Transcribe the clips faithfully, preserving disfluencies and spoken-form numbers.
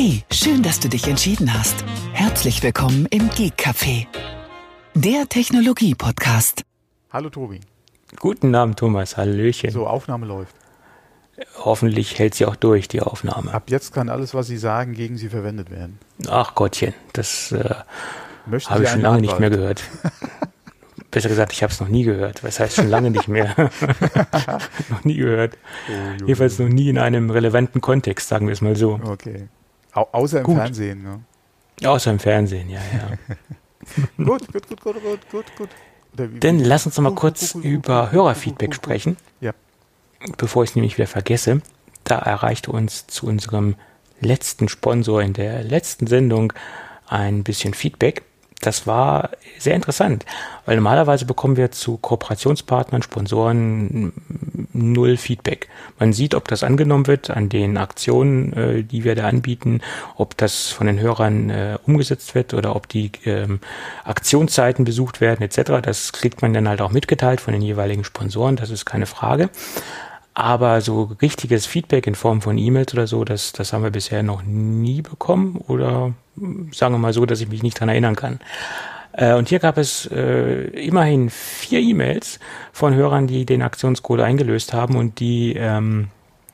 Hey, schön, dass du dich entschieden hast. Herzlich willkommen im Geek Café, der Technologie-Podcast. Hallo Tobi. Guten Abend Thomas, hallöchen. So, Aufnahme läuft. Hoffentlich hält sie auch durch, die Aufnahme. Ab jetzt kann alles, was Sie sagen, gegen Sie verwendet werden. Ach Gottchen, das äh, habe ich schon einen lange Anwalt? nicht mehr gehört. Besser gesagt, ich habe es noch nie gehört. Was heißt schon lange nicht mehr? Noch nie gehört. Oh, Jedenfalls noch nie in einem relevanten Kontext, sagen wir es mal so. Okay. Au außer im Gut. Fernsehen, ne? Außer im Fernsehen, ja, ja. Gut, gut, gut, gut, gut, gut, gut. Oder wie- Dann wie- lass uns noch mal gut, kurz gut, gut, über gut, gut, Hörerfeedback gut, gut, gut. sprechen, Ja. bevor ich es nämlich wieder vergesse. Da erreichte uns zu unserem letzten Sponsor in der letzten Sendung ein bisschen Feedback. Das war sehr interessant, weil normalerweise bekommen wir zu Kooperationspartnern, Sponsoren null Feedback. Man sieht, ob das angenommen wird an den Aktionen, äh, die wir da anbieten, ob das von den Hörern äh, umgesetzt wird oder ob die ähm, Aktionsseiten besucht werden et cetera. Das kriegt man dann halt auch mitgeteilt von den jeweiligen Sponsoren, das ist keine Frage. Aber so richtiges Feedback in Form von E-Mails oder so, das, das haben wir bisher noch nie bekommen oder sagen wir mal so, dass ich mich nicht dran erinnern kann. Äh, und hier gab es äh, immerhin vier E-Mails von Hörern, die den Aktionscode eingelöst haben und die ähm,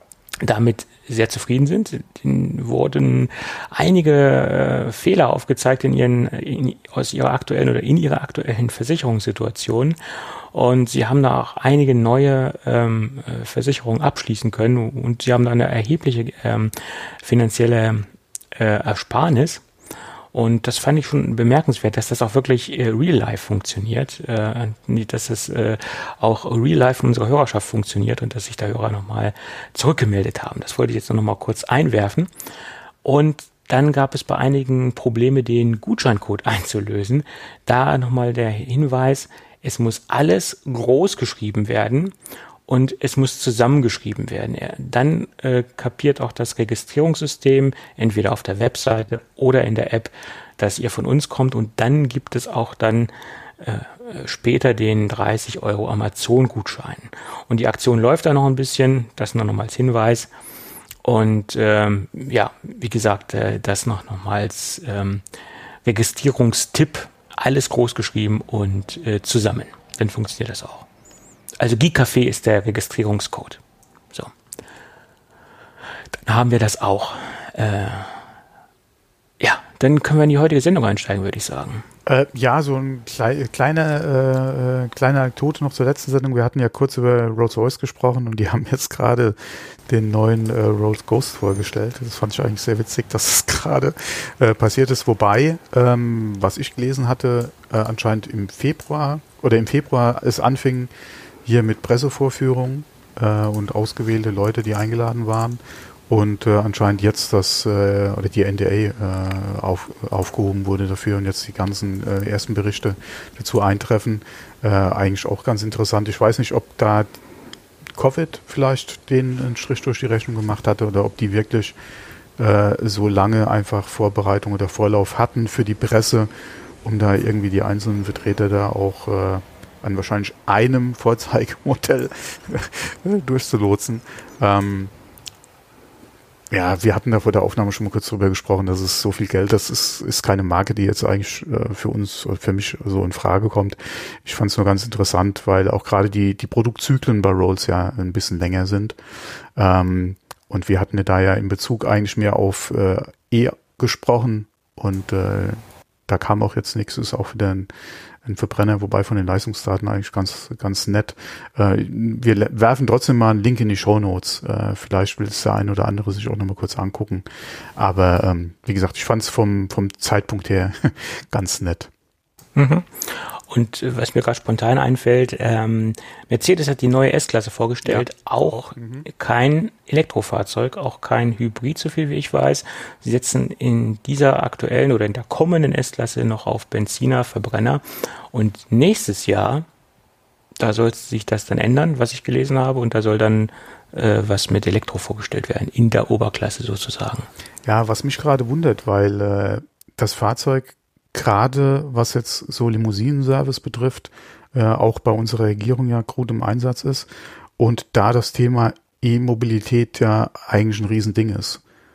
damit sehr zufrieden sind. Ihnen wurden einige äh, Fehler aufgezeigt in ihren, in, aus ihrer aktuellen oder in ihrer aktuellen Versicherungssituation. Und sie haben da auch einige neue ähm, Versicherungen abschließen können und sie haben da eine erhebliche ähm, finanzielle äh, Ersparnis. Und das fand ich schon bemerkenswert, dass das auch wirklich äh, real-life funktioniert, äh, dass es äh, auch real-life in unserer Hörerschaft funktioniert und dass sich da Hörer nochmal zurückgemeldet haben. Das wollte ich jetzt noch mal kurz einwerfen. Und dann gab es bei einigen Probleme, den Gutscheincode einzulösen. Da nochmal der Hinweis, es muss alles groß geschrieben werden und es muss zusammengeschrieben werden. Dann äh, kapiert auch das Registrierungssystem, entweder auf der Webseite oder in der App, dass ihr von uns kommt und dann gibt es auch dann äh, später den dreißig Euro Amazon-Gutschein. Und die Aktion läuft da noch ein bisschen, das nur noch mal als Hinweis. Und ähm, ja, wie gesagt, äh, das noch, noch mal als ähm, Registrierungstipp, alles groß geschrieben und äh, zusammen. Dann funktioniert das auch. Also Geek Café ist der Registrierungscode. So. Dann haben wir das auch. Äh, ja, dann können wir in die heutige Sendung einsteigen, würde ich sagen. Äh, ja, so ein klei kleiner, äh, kleine Anekdote noch zur letzten Sendung. Wir hatten ja kurz über Rolls-Royce gesprochen und die haben jetzt gerade den neuen äh, Rolls Ghost vorgestellt. Das fand ich eigentlich sehr witzig, dass es gerade äh, passiert ist. Wobei, ähm, was ich gelesen hatte, äh, anscheinend im Februar oder im Februar es anfing hier mit Pressevorführungen äh, und ausgewählte Leute, die eingeladen waren. Und äh, anscheinend jetzt das äh, oder die N D A äh, auf, aufgehoben wurde dafür und jetzt die ganzen äh, ersten Berichte dazu eintreffen. Äh, eigentlich auch ganz interessant. Ich weiß nicht, ob da Covid vielleicht den einen Strich durch die Rechnung gemacht hatte oder ob die wirklich äh, so lange einfach Vorbereitung oder Vorlauf hatten für die Presse, um da irgendwie die einzelnen Vertreter da auch äh, an wahrscheinlich einem Vorzeigemodell durchzulotsen. Ähm, Ja, wir hatten da vor der Aufnahme schon mal kurz drüber gesprochen, dass es so viel Geld, das ist, ist keine Marke, die jetzt eigentlich äh, für uns, für mich so in Frage kommt. Ich fand es nur ganz interessant, weil auch gerade die, die Produktzyklen bei Rolls ja ein bisschen länger sind. Ähm, und wir hatten ja da ja in Bezug eigentlich mehr auf äh, E gesprochen und äh, da kam auch jetzt nichts, ist auch wieder ein ein Verbrenner, wobei von den Leistungsdaten eigentlich ganz ganz nett. Äh, wir werfen trotzdem mal einen Link in die Shownotes. Äh, vielleicht will es der ein oder andere sich auch nochmal kurz angucken. Aber ähm, wie gesagt, ich fand es vom, vom Zeitpunkt her ganz nett. Mhm. Und äh, was mir gerade spontan einfällt, ähm, Mercedes hat die neue S-Klasse vorgestellt, ja. auch mhm. kein Elektrofahrzeug, auch kein Hybrid, so viel wie ich weiß. Sie setzen in dieser aktuellen oder in der kommenden S-Klasse noch auf Benziner, Verbrenner und nächstes Jahr, da soll sich das dann ändern, was ich gelesen habe und da soll dann äh, was mit Elektro vorgestellt werden, in der Oberklasse sozusagen. Ja, was mich gerade wundert, weil äh, das Fahrzeug gerade was jetzt so Limousinenservice betrifft, äh, auch bei unserer Regierung ja gut im Einsatz ist und da das Thema E-Mobilität ja eigentlich ein Riesending ist.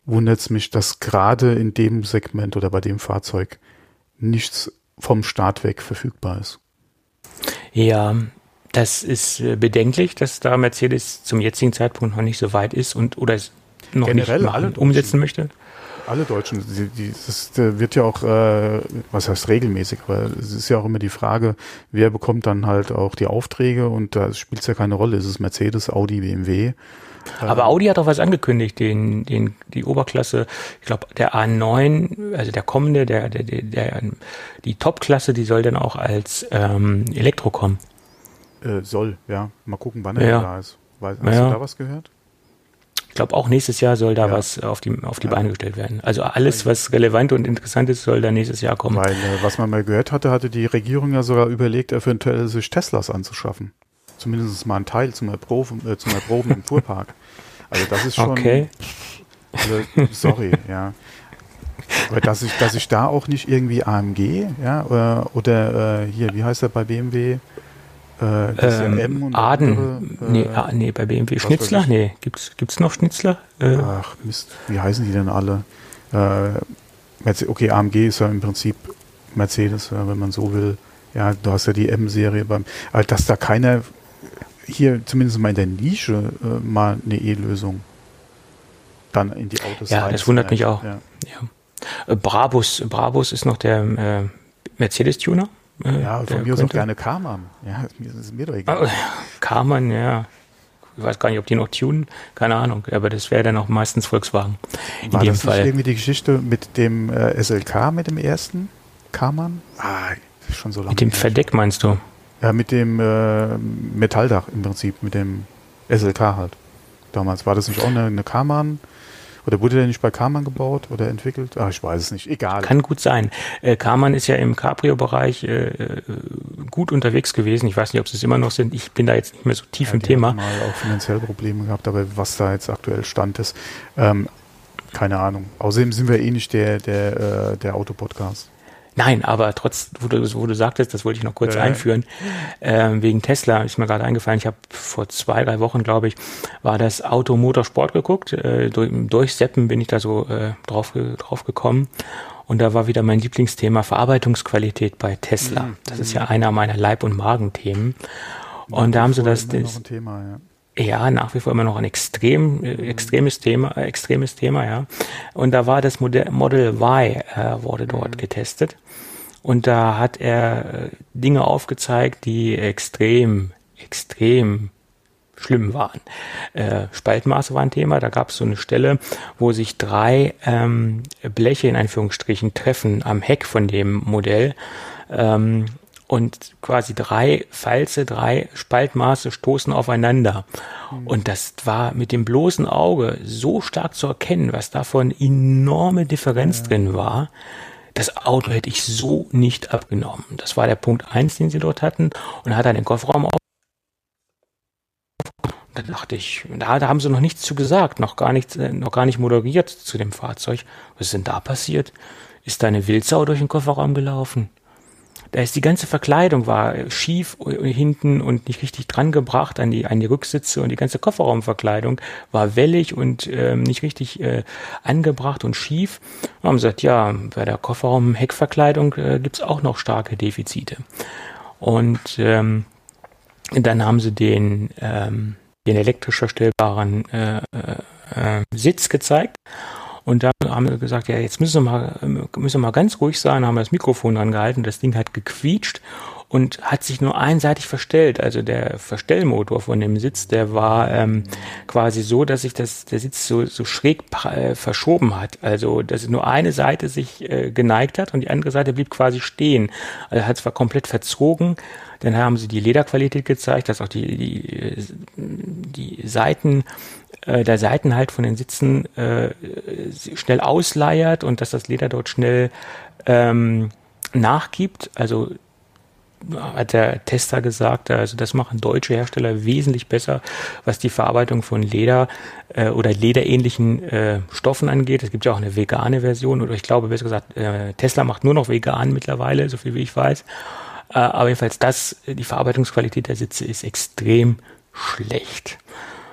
wundert es mich, dass gerade in dem Segment oder bei dem Fahrzeug nichts vom Start weg verfügbar ist. Ja, das ist äh, bedenklich, dass da Mercedes zum jetzigen Zeitpunkt noch nicht so weit ist und oder es noch Generell nicht machen, alle umsetzen möchte. Alle Deutschen, die, die, das wird ja auch, äh, was heißt regelmäßig, aber es ist ja auch immer die Frage, wer bekommt dann halt auch die Aufträge und da spielt es ja keine Rolle, ist es Mercedes, Audi, B M W. Aber Audi hat auch was angekündigt, den, den, die Oberklasse, ich glaube der A neun, also der kommende, der, der, der, der die Topklasse, die soll dann auch als ähm, Elektro kommen. Äh, soll, ja. Mal gucken, wann er ja. da ist. Weiß, hast ja. du da was gehört? Ich glaube, auch nächstes Jahr soll da ja. was auf die, auf die ja. Beine gestellt werden. Also alles, was relevant und interessant ist, soll da nächstes Jahr kommen. Weil, äh, was man mal gehört hatte, hatte die Regierung ja sogar überlegt, eventuell sich Teslas anzuschaffen. Zumindest mal ein Teil zum Erproben, äh, zum Erproben im Fuhrpark. Also das ist schon... Okay. Also, sorry, ja. Aber dass ich, dass ich da auch nicht irgendwie A M G, ja, oder, oder äh, hier, wie heißt der bei B M W? Äh, das ähm, ja M und Aden, andere, äh, nee, ah, nee, bei B M W Schnitzler, nee, gibt's, gibt's noch Schnitzler? Äh, Ach Mist, wie heißen die denn alle? Äh, okay, A M G ist ja im Prinzip Mercedes, ja, wenn man so will. Ja, du hast ja die M-Serie beim, aber dass da keiner hier zumindest mal in der Nische äh, mal eine E-Lösung dann in die Autos Ja, das wundert mich auch. Ja. Ja. Äh, Brabus, Brabus ist noch der äh, Mercedes-Tuner. Äh, ja, von mir aus auch gerne Karmann. Ja, das ist mir doch egal. Oh, Karmann, ja. Ich weiß gar nicht, ob die noch tunen. Keine Ahnung. Aber das wäre dann auch meistens Volkswagen. In War dem das Fall. Nicht irgendwie die Geschichte mit dem äh, S L K, mit dem ersten Karmann? Ah, das ist schon so lange. Mit dem her. Verdeck meinst du? Ja, mit dem äh, Metalldach im Prinzip, mit dem S L K halt. Damals war das nicht auch eine, eine Karmann? Oder wurde der nicht bei Karmann gebaut oder entwickelt? Ah, ich weiß es nicht. Egal. Kann gut sein. Äh, Karmann ist ja im Cabrio-Bereich äh, gut unterwegs gewesen. Ich weiß nicht, ob sie es immer noch sind. Ich bin da jetzt nicht mehr so tief ja, im die Thema. hatten mal auch finanziell Probleme gehabt, aber was da jetzt aktuell Stand ist, ähm, keine Ahnung. Außerdem sind wir eh nicht der, der, äh, der Autopodcast. Nein, aber trotz, wo du, wo du sagtest, das wollte ich noch kurz ja. einführen, ähm, wegen Tesla ist mir gerade eingefallen, ich habe vor zwei, drei Wochen, glaube ich, war das Auto Motorsport geguckt, äh, durch, durch Seppen bin ich da so äh, drauf, drauf gekommen und da war wieder mein Lieblingsthema Verarbeitungsqualität bei Tesla. Mhm. Das ist ja einer meiner Leib- und Magenthemen. Und da haben sie das... das noch ein Thema, ja. Ja, nach wie vor immer noch ein extrem, äh, extremes Thema, äh, extremes Thema, ja. Und da war das Modell, Model Y, äh, wurde dort mhm. getestet. Und da hat er äh, Dinge aufgezeigt, die extrem, extrem schlimm waren. Äh, Spaltmaße war ein Thema, da gab es so eine Stelle, wo sich drei ähm, Bleche in Anführungsstrichen treffen am Heck von dem Modell. Ähm, Und quasi drei Falze, drei Spaltmaße stoßen aufeinander. Mhm. Und das war mit dem bloßen Auge so stark zu erkennen, was da für eine enorme Differenz ja. drin war. Das Auto hätte ich so nicht abgenommen. Das war der Punkt eins, den sie dort hatten. Und hat dann den Kofferraum auf. Da dachte ich, da, da haben sie noch nichts zu gesagt, noch gar nichts, noch gar nicht moderiert zu dem Fahrzeug. Was ist denn da passiert? Ist da eine Wildsau durch den Kofferraum gelaufen? Da ist die ganze Verkleidung war schief hinten und nicht richtig dran gebracht an die, an die Rücksitze und die ganze Kofferraumverkleidung war wellig und ähm, nicht richtig äh, angebracht und schief. Und haben gesagt, ja, bei der Kofferraum-Heckverkleidung äh, gibt's auch noch starke Defizite. Und ähm, dann haben sie den, ähm, den elektrisch verstellbaren äh, äh, Sitz gezeigt. Und da haben wir gesagt, ja, jetzt müssen wir mal, müssen wir mal ganz ruhig sein, haben wir das Mikrofon dran gehalten, das Ding hat gequietscht und hat sich nur einseitig verstellt. Also der Verstellmotor von dem Sitz, der war ähm, quasi so, dass sich das, der Sitz so, so schräg äh, verschoben hat. Also, dass nur eine Seite sich äh, geneigt hat und die andere Seite blieb quasi stehen. Also hat zwar komplett verzogen. Dann haben sie die Lederqualität gezeigt, dass auch die, die, die Seiten, äh, der Seitenhalt von den Sitzen äh, schnell ausleiert und dass das Leder dort schnell ähm, nachgibt. Also hat der Tester gesagt, also das machen deutsche Hersteller wesentlich besser, was die Verarbeitung von Leder äh, oder lederähnlichen äh, Stoffen angeht. Es gibt ja auch eine vegane Version, oder ich glaube besser gesagt, äh, Tesla macht nur noch vegan mittlerweile, so viel wie ich weiß. Äh, aber jedenfalls das, die Verarbeitungsqualität der Sitze ist extrem schlecht.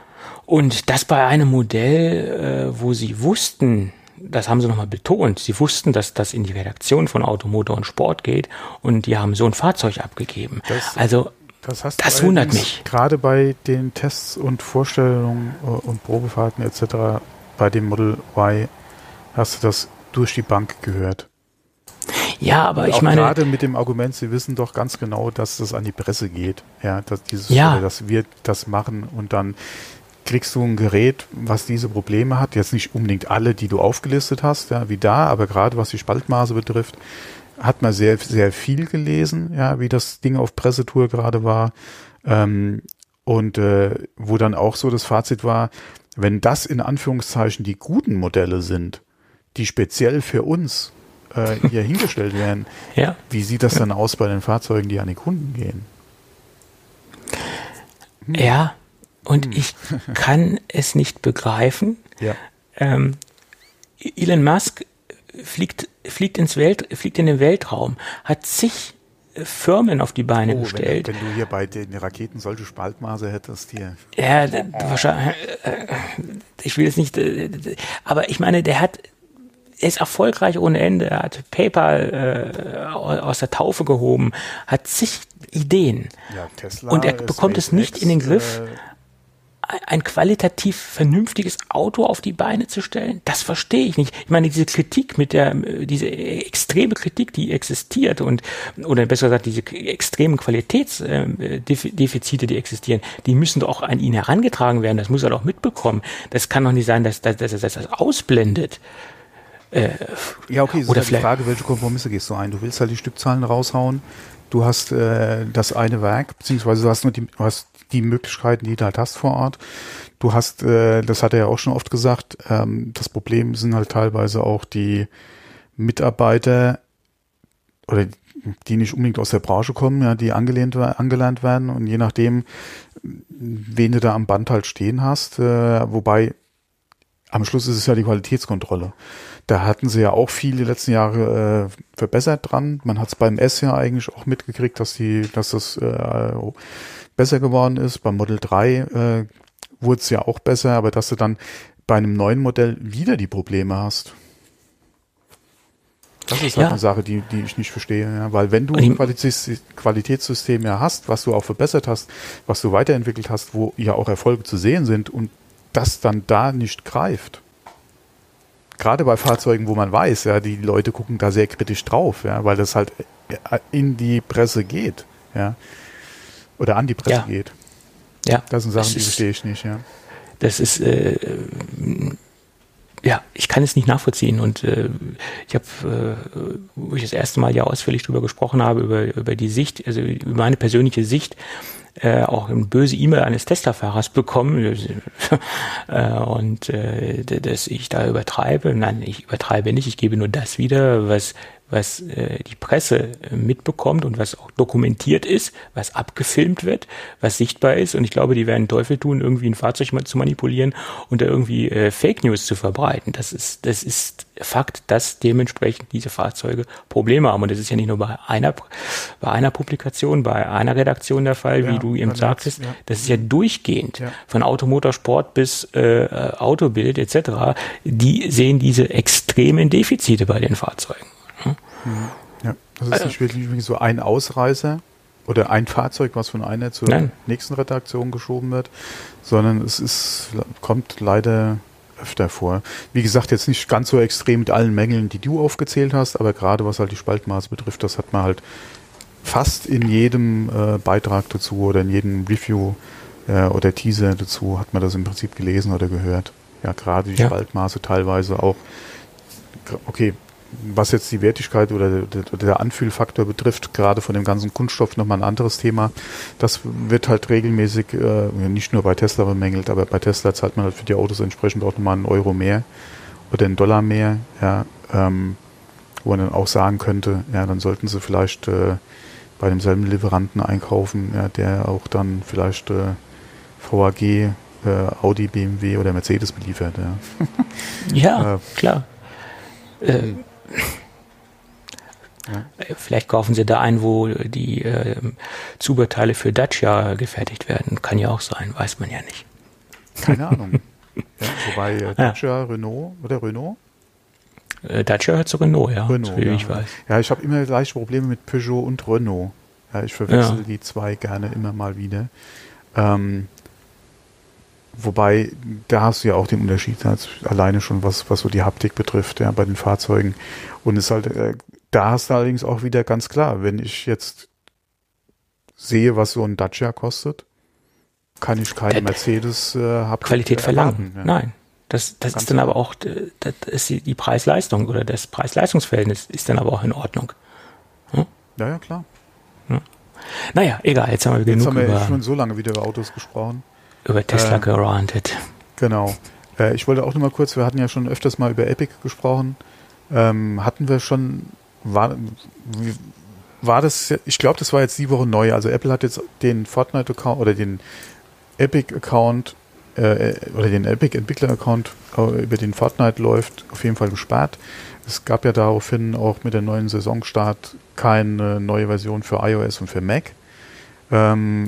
Und das bei einem Modell, äh, wo sie wussten, das haben sie nochmal betont, sie wussten, dass das in die Redaktion von Automotor und Sport geht und die haben so ein Fahrzeug abgegeben. Das, also das, hast das wundert mich. Gerade bei den Tests und Vorstellungen und Probefahrten et cetera bei dem Model Y hast du das durch die Bank gehört. Ja, aber und ich auch meine... gerade mit dem Argument, sie wissen doch ganz genau, dass das an die Presse geht. Ja, dass, dieses, ja. dass wir das machen und dann kriegst du ein Gerät, was diese Probleme hat. Jetzt nicht unbedingt alle, die du aufgelistet hast, ja, wie da, aber gerade was die Spaltmaße betrifft, hat man sehr, sehr viel gelesen, ja, wie das Ding auf Pressetour gerade war. Ähm, und äh, wo dann auch so das Fazit war, wenn das in Anführungszeichen die guten Modelle sind, die speziell für uns äh, hier hingestellt werden, ja. wie sieht das dann aus bei den Fahrzeugen, die an die Kunden gehen? Hm. Ja, und hm. ich kann es nicht begreifen. Ja. Ähm, Elon Musk fliegt, fliegt ins Welt, fliegt in den Weltraum, hat zig Firmen auf die Beine oh, gestellt. Wenn, wenn du hier bei den Raketen solche Spaltmaße hättest, hier. Ja, wahrscheinlich. Ich will jetzt nicht, aber ich meine, der hat, er ist erfolgreich ohne Ende. Er hat PayPal äh, aus der Taufe gehoben, hat zig Ideen. Ja, Tesla, und er bekommt SpaceX, es nicht in den Griff, äh, ein qualitativ vernünftiges Auto auf die Beine zu stellen. Das verstehe ich nicht. Ich meine, diese Kritik mit der, diese extreme Kritik, die existiert und, oder besser gesagt, diese extremen Qualitätsdefizite, die existieren, die müssen doch auch an ihn herangetragen werden. Das muss er doch mitbekommen. Das kann doch nicht sein, dass, dass, dass er das ausblendet. Äh, ja, okay, es oder ist halt die Frage, welche Kompromisse gehst du ein? Du willst halt die Stückzahlen raushauen. Du hast äh, das eine Werk, beziehungsweise du hast nur die, du hast die Möglichkeiten, die du halt hast vor Ort. Du hast, äh, das hat er ja auch schon oft gesagt, ähm, das Problem sind halt teilweise auch die Mitarbeiter oder die nicht unbedingt aus der Branche kommen, ja, die angelehnt, angelernt werden und je nachdem, wen du da am Band halt stehen hast, äh, wobei am Schluss ist es ja die Qualitätskontrolle. Da hatten sie ja auch viel die letzten Jahre äh, verbessert dran. Man hat es beim S ja eigentlich auch mitgekriegt, dass die, dass das äh, besser geworden ist. Beim Model drei äh, wurde es ja auch besser, aber dass du dann bei einem neuen Modell wieder die Probleme hast. Das ist halt ja eine Sache, die, die ich nicht verstehe. Ja. Weil wenn du ein Qualitäts- Qualitätssystem ja hast, was du auch verbessert hast, was du weiterentwickelt hast, wo ja auch Erfolge zu sehen sind und das dann da nicht greift. Gerade bei Fahrzeugen, wo man weiß, ja, die Leute gucken da sehr kritisch drauf, ja, weil das halt in die Presse geht, ja, oder an die Presse ja. geht. Ja. Das sind Sachen, das die ist, verstehe ich nicht, ja. Das ist, äh, ja, ich kann es nicht nachvollziehen und äh, ich habe, äh, wo ich das erste Mal ja ausführlich drüber gesprochen habe, über, über die Sicht, also über meine persönliche Sicht, Äh, auch eine böse E-Mail eines Tesla-Fahrers bekommen äh, und äh, dass ich da übertreibe. Nein, ich übertreibe nicht, ich gebe nur das wieder, was was äh, die Presse äh, mitbekommt und was auch dokumentiert ist, was abgefilmt wird, was sichtbar ist und ich glaube, die werden Teufel tun, irgendwie ein Fahrzeug mal zu manipulieren und da irgendwie äh, Fake News zu verbreiten. Das ist das ist Fakt, dass dementsprechend diese Fahrzeuge Probleme haben und das ist ja nicht nur bei einer bei einer Publikation, bei einer Redaktion der Fall, ja, wie du eben sagtest, ja. Das ist ja durchgehend, ja. Von Automotorsport bis äh, Autobild et cetera. Die sehen diese extremen Defizite bei den Fahrzeugen. Hm? Ja, das ist also nicht wirklich so ein Ausreißer oder ein Fahrzeug, was von einer zur Nein. nächsten Redaktion geschoben wird, sondern es ist kommt leider öfter vor. Wie gesagt, jetzt nicht ganz so extrem mit allen Mängeln, die du aufgezählt hast, aber gerade was halt die Spaltmaße betrifft, das hat man halt fast in jedem äh, Beitrag dazu oder in jedem Review äh, oder Teaser dazu hat man das im Prinzip gelesen oder gehört. Ja, gerade die ja. Spaltmaße teilweise auch, okay, was jetzt die Wertigkeit oder der, der Anfühlfaktor betrifft, gerade von dem ganzen Kunststoff nochmal ein anderes Thema. Das wird halt regelmäßig, äh, nicht nur bei Tesla bemängelt, aber bei Tesla zahlt man halt für die Autos entsprechend auch nochmal einen Euro mehr oder einen Dollar mehr, ja, ähm, wo man dann auch sagen könnte, ja, dann sollten sie vielleicht äh, bei demselben Lieferanten einkaufen, ja, der auch dann vielleicht äh, V A G, äh, Audi, B M W oder Mercedes beliefert. Ja, ja äh, klar. Äh, ja. Vielleicht kaufen sie da ein, wo die äh, Zubehörteile für Dacia gefertigt werden. Kann ja auch sein, weiß man ja nicht. Keine Ahnung. Ja, wobei äh, Dacia, ja. Renault oder Renault? Äh, Dacia hört zu Renault, ja. Renault, wie ja. ich weiß. Ja, ich habe immer gleiche Probleme mit Peugeot und Renault. Ja, ich verwechsel ja. die zwei gerne immer mal wieder. Ähm, wobei, da hast du ja auch den Unterschied, also alleine schon was, was so die Haptik betrifft, ja, bei den Fahrzeugen. Und es halt, äh, da hast du allerdings auch wieder ganz klar, wenn ich jetzt sehe, was so ein Dacia kostet, kann ich keine Mercedes äh, Haptik Qualität verlangen. Ja. Nein. Das, das ist dann aber auch, das ist die, die Preis-Leistung oder das Preis-Leistungs-Verhältnis ist dann aber auch in Ordnung. Hm? Ja, ja, klar. Hm. Naja, egal, jetzt haben wir genug jetzt haben wir über, schon so lange wieder über Autos gesprochen. Über Tesla äh, gerantet. Genau. Äh, ich wollte auch noch mal kurz, wir hatten ja schon öfters mal über Epic gesprochen. Ähm, hatten wir schon, war, war das, ich glaube, das war jetzt die Woche neu. Also Apple hat jetzt den Fortnite-Account oder den Epic-Account äh, oder den Epic-Entwickler-Account, äh, über den Fortnite läuft, auf jeden Fall gesperrt. Es gab ja daraufhin auch mit der neuen Saisonstart keine neue Version für iOS und für Mac. Ähm,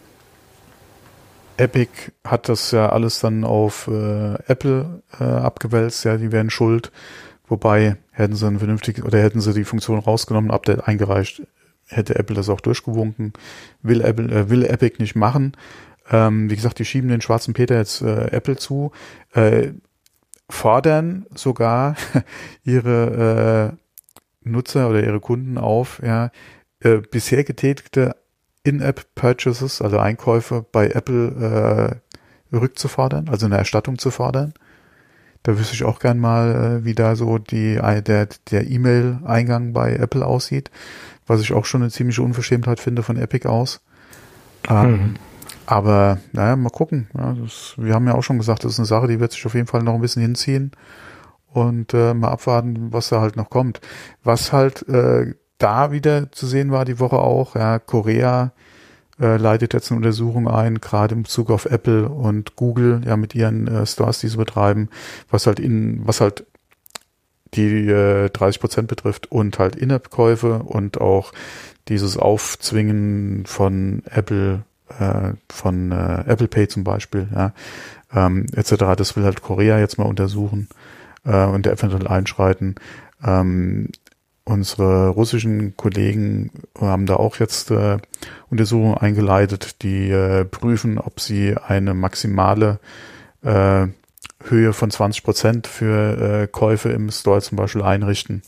Epic hat das ja alles dann auf äh, Apple äh, abgewälzt, ja, die wären schuld. Wobei hätten sie ein vernünftig oder hätten sie die Funktion rausgenommen, Update eingereicht, hätte Apple das auch durchgewunken. Will Apple, äh, will Epic nicht machen. Ähm, wie gesagt, die schieben den schwarzen Peter jetzt äh, Apple zu, äh, fordern sogar ihre äh, Nutzer oder ihre Kunden auf, ja, äh, bisher getätigte In-App-Purchases, also Einkäufe bei Apple äh, rückzufordern, also eine Erstattung zu fordern. Da wüsste ich auch gern mal, äh, wie da so die der der E-Mail-Eingang bei Apple aussieht, was ich auch schon eine ziemliche Unverschämtheit finde von Epic aus. Ähm, mhm. Aber naja, mal gucken. Ja, das, wir haben ja auch schon gesagt, das ist eine Sache, die wird sich auf jeden Fall noch ein bisschen hinziehen und äh, mal abwarten, was da halt noch kommt. Was halt äh, da wieder zu sehen war die Woche auch, ja, Korea äh, leitet jetzt eine Untersuchung ein, gerade im Bezug auf Apple und Google, ja, mit ihren äh, Stores, die sie betreiben, was halt in, was halt die äh, dreißig Prozent betrifft und halt In-App-Käufe und auch dieses Aufzwingen von Apple, äh, von äh, Apple Pay zum Beispiel, ja, ähm, et cetera. Das will halt Korea jetzt mal untersuchen äh, und eventuell einschreiten. Ähm, Unsere russischen Kollegen haben da auch jetzt äh, Untersuchungen eingeleitet, die äh, prüfen, ob sie eine maximale äh, Höhe von zwanzig Prozent für äh, Käufe im Store zum Beispiel einrichten.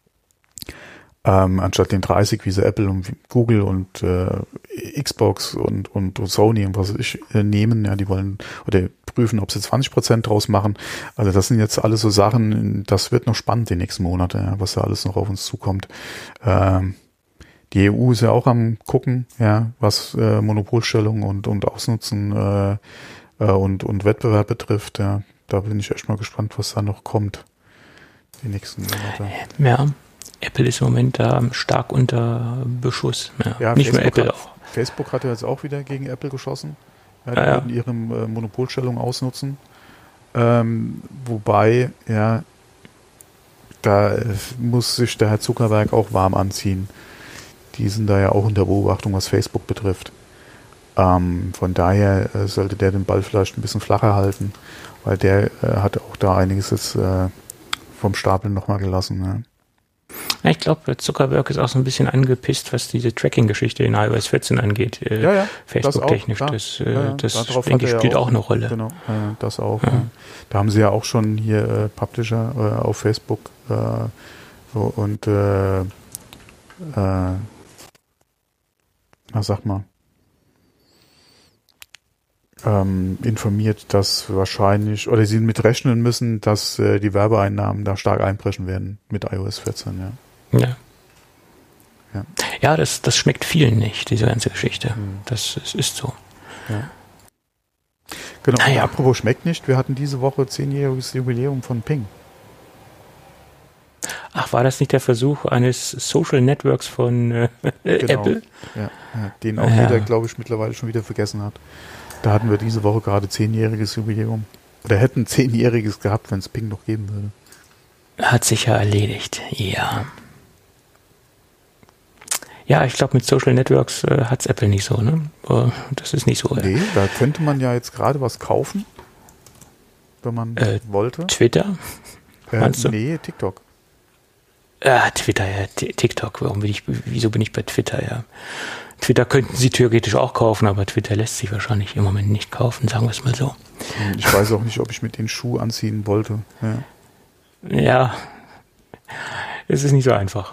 Ähm, anstatt den dreißig, wie sie Apple und Google und äh, Xbox und, und, und Sony und was weiß ich äh, nehmen. Ja, die wollen oder prüfen, ob sie zwanzig Prozent draus machen. Also das sind jetzt alles so Sachen, das wird noch spannend die nächsten Monate, ja, was da alles noch auf uns zukommt. Ähm, die E U ist ja auch am gucken, ja, was äh, Monopolstellung und, und Ausnutzen äh, äh, und, und Wettbewerb betrifft. Ja. Da bin ich echt mal gespannt, was da noch kommt die nächsten Monate. Ja. Apple ist im Moment da stark unter Beschuss. Ja, ja, nicht Facebook nur Apple hat, auch. Facebook hat ja jetzt auch wieder gegen Apple geschossen. Ja, die ja, würden ihre äh, Monopolstellung ausnutzen. Ähm, wobei, ja, da äh, muss sich der Herr Zuckerberg auch warm anziehen. Die sind da ja auch unter Beobachtung, was Facebook betrifft. Ähm, von daher äh, sollte der den Ball vielleicht ein bisschen flacher halten, weil der äh, hat auch da einiges jetzt äh, vom Stapel nochmal gelassen. Ja. Ja, ich glaube, Zuckerberg ist auch so ein bisschen angepisst, was diese Tracking-Geschichte in iOS vierzehn angeht. Äh, ja, ja, Facebook-technisch. Das, das, äh, ja, das denke ich, spielt auch, auch eine Rolle. Genau, äh, das auch. Ja. Ja. Da haben sie ja auch schon hier äh, Publisher äh, auf Facebook äh, so, und äh, äh, na, sag mal, ähm, informiert, dass wahrscheinlich, oder sie mit rechnen müssen, dass äh, die Werbeeinnahmen da stark einbrechen werden mit iOS vierzehn, ja. Ja. Ja, ja das, das schmeckt vielen nicht, diese ganze Geschichte. Hm. Das, das ist so. Ja. Genau, naja. Apropos schmeckt nicht, wir hatten diese Woche zehnjähriges Jubiläum von Ping. Ach, war das nicht der Versuch eines Social Networks von äh, genau. Apple? Ja, ja, den auch ja. jeder, glaube ich, mittlerweile schon wieder vergessen hat. Da hatten wir diese Woche gerade zehnjähriges Jubiläum. Oder hätten zehnjähriges gehabt, wenn es Ping noch geben würde. Hat sich ja erledigt, ja. Ja, ich glaube, mit Social Networks äh, hat es Apple nicht so, ne? Das ist nicht so. Nee, ja. Da könnte man ja jetzt gerade was kaufen, wenn man äh, wollte. Twitter? Äh, Meinst du? Nee, TikTok. Ah, Twitter, ja, T- TikTok. Warum bin ich, wieso bin ich bei Twitter, ja? Twitter könnten sie theoretisch auch kaufen, aber Twitter lässt sich wahrscheinlich im Moment nicht kaufen, sagen wir es mal so. Ich weiß auch nicht, ob ich mit den Schuh anziehen wollte. Ja, ja, es ist nicht so einfach.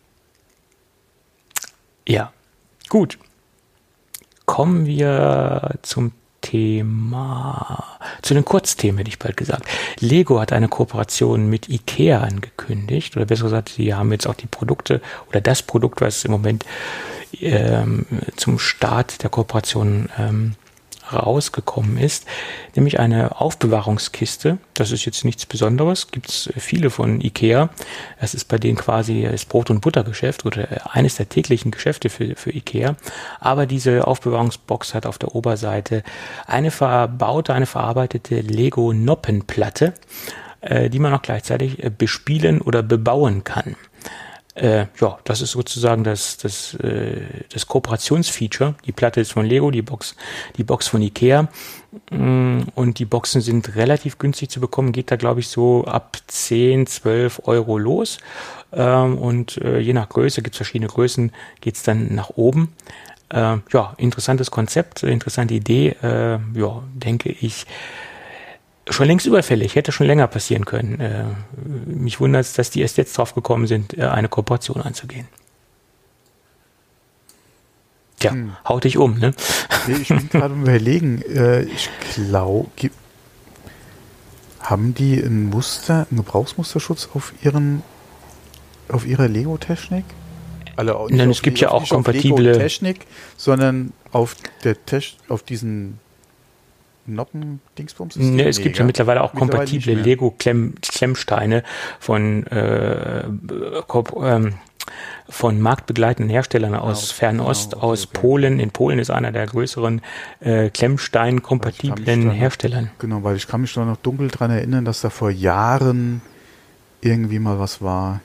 Ja, gut. Kommen wir zum Thema, zu den Kurzthemen, hätte ich bald gesagt. Lego hat eine Kooperation mit IKEA angekündigt, oder besser gesagt, sie haben jetzt auch die Produkte oder das Produkt, was im Moment ähm, zum Start der Kooperation ähm, rausgekommen ist, nämlich eine Aufbewahrungskiste. Das ist jetzt nichts Besonderes, gibt es viele von IKEA. Das ist bei denen quasi das Brot- und Buttergeschäft oder eines der täglichen Geschäfte für, für IKEA. Aber diese Aufbewahrungsbox hat auf der Oberseite eine verbaute, eine verarbeitete Lego-Noppenplatte, äh, die man auch gleichzeitig äh, bespielen oder bebauen kann. Äh, ja, das ist sozusagen das, das, äh, das Kooperationsfeature. Die Platte ist von Lego, die Box, die Box von IKEA. Und die Boxen sind relativ günstig zu bekommen. Geht da, glaube ich, so ab zehn, zwölf Euro los. Ähm, und äh, je nach Größe, gibt es verschiedene Größen, geht es dann nach oben. Äh, ja, interessantes Konzept, interessante Idee. Äh, ja, denke ich, schon längst überfällig, hätte schon länger passieren können. Äh, mich wundert es, dass die erst jetzt drauf gekommen sind, äh, eine Kooperation einzugehen. Tja, hm. haut dich um, ne? Nee, ich bin gerade überlegen, äh, ich glaube, haben die ein Muster, einen Gebrauchsmusterschutz auf ihren, auf ihrer Lego-Technik? Also Nein, es gibt ja auch kompatible Lego-Technik, sondern auf der Tech, auf diesen Noppen-Dingsbums? Ne, es nee, gibt ja, ja mittlerweile auch mittlerweile kompatible Lego-Klemmsteine von, äh, ähm, von marktbegleitenden Herstellern aus ah, Fernost, genau, okay, aus okay. Polen. In Polen ist einer der größeren äh, Klemmstein-kompatiblen Herstellern. Genau, weil ich kann mich da noch dunkel dran erinnern, dass da vor Jahren irgendwie mal was war.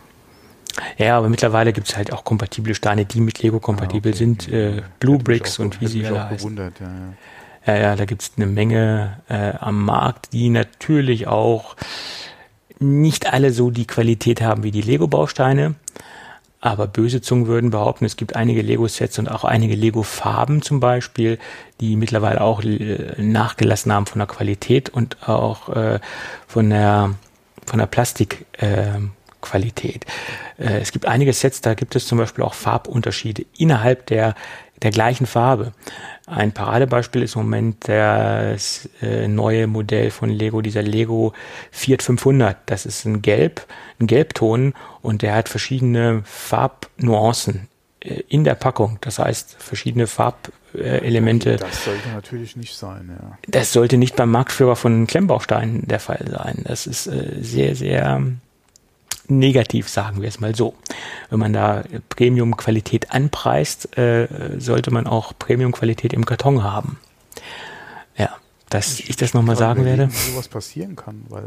Ja, aber mittlerweile gibt es halt auch kompatible Steine, die mit Lego kompatibel ah, okay. sind. Äh, Blue Bricks und wie sie alle heißen. Ja, ja. Ja, ja, da gibt es eine Menge äh, am Markt, die natürlich auch nicht alle so die Qualität haben wie die Lego-Bausteine. Aber böse Zungen würden behaupten, es gibt einige Lego-Sets und auch einige Lego-Farben zum Beispiel, die mittlerweile auch äh, nachgelassen haben von der Qualität und auch äh, von der, von der Plastikqualität. Äh, äh, es gibt einige Sets, da gibt es zum Beispiel auch Farbunterschiede innerhalb der, der gleichen Farbe. Ein Paradebeispiel ist im Moment das äh, neue Modell von Lego, dieser Lego Fiat fünfhundert. Das ist ein Gelb, ein Gelbton und der hat verschiedene Farbnuancen äh, in der Packung. Das heißt, verschiedene Farbelemente. Äh, das sollte natürlich nicht sein, ja. Das sollte nicht beim Marktführer von Klemmbausteinen der Fall sein. Das ist äh, sehr, sehr negativ, sagen wir es mal so. Wenn man da Premium-Qualität anpreist, äh, sollte man auch Premium-Qualität im Karton haben. Ja, dass ich, ich das nochmal sagen werde. Wie sowas passieren kann, weil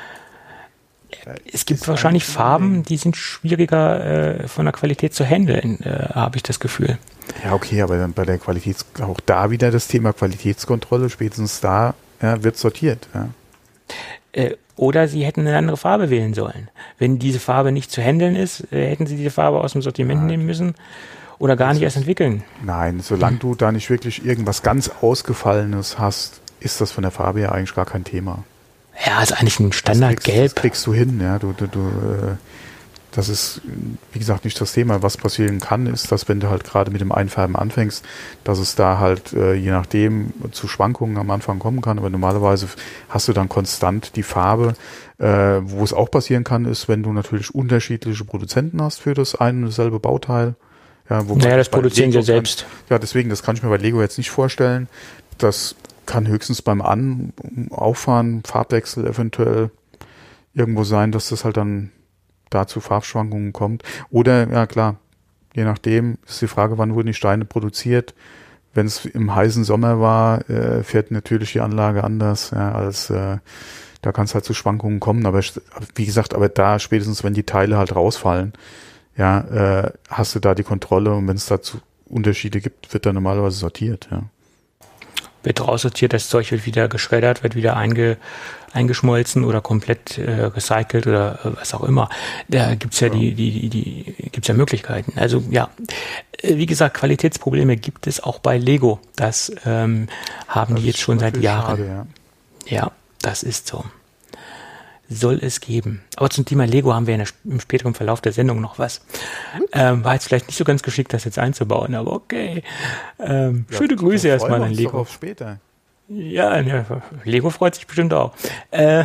äh, es gibt wahrscheinlich Farben, die sind schwieriger äh, von der Qualität zu handeln, äh, habe ich das Gefühl. Ja, okay, aber dann bei der Qualitäts auch da wieder das Thema Qualitätskontrolle, spätestens da ja, wird sortiert. Ja. Äh, Oder sie hätten eine andere Farbe wählen sollen. Wenn diese Farbe nicht zu handeln ist, äh, hätten sie diese Farbe aus dem Sortiment ja, nehmen müssen oder gar nicht erst entwickeln. Nein, solange hm. du da nicht wirklich irgendwas ganz Ausgefallenes hast, ist das von der Farbe ja eigentlich gar kein Thema. Ja, ist eigentlich ein Standardgelb. Das, das kriegst du hin, ja. Du, du, du, äh, das ist, wie gesagt, nicht das Thema. Was passieren kann, ist, dass wenn du halt gerade mit dem Einfärben anfängst, dass es da halt äh, je nachdem zu Schwankungen am Anfang kommen kann. Aber normalerweise hast du dann konstant die Farbe. Äh, wo es auch passieren kann, ist, wenn du natürlich unterschiedliche Produzenten hast für das ein und dasselbe Bauteil. Ja, wo naja, das produzieren sie selbst. Kann, ja, deswegen, das kann ich mir bei Lego jetzt nicht vorstellen. Das kann höchstens beim An-, Auffahren, Farbwechsel eventuell irgendwo sein, dass das halt dann da zu Farbschwankungen kommt. Oder, ja klar, je nachdem ist die Frage, wann wurden die Steine produziert. Wenn es im heißen Sommer war, äh, fährt natürlich die Anlage anders, ja, als äh, da kann es halt zu Schwankungen kommen. Aber wie gesagt, aber da spätestens, wenn die Teile halt rausfallen, ja, äh, hast du da die Kontrolle und wenn es dazu Unterschiede gibt, wird da normalerweise sortiert, ja. wird raussortiert, das Zeug wird wieder geschreddert, wird wieder einge, eingeschmolzen oder komplett äh, recycelt oder äh, was auch immer. Da gibt's ja, ja. die, die, die, die gibt's ja Möglichkeiten. Also ja, wie gesagt, Qualitätsprobleme gibt es auch bei Lego. Das ähm, haben das die jetzt schon seit Jahren. Schade, ja. ja, das ist so. Soll es geben. Aber zum Thema Lego haben wir in der, im späteren Verlauf der Sendung noch was. Ähm, war jetzt vielleicht nicht so ganz geschickt, das jetzt einzubauen, aber okay. Ähm, ja, schöne Grüße erstmal an Lego. Auf später. Ja, ja, Lego freut sich bestimmt auch. Äh,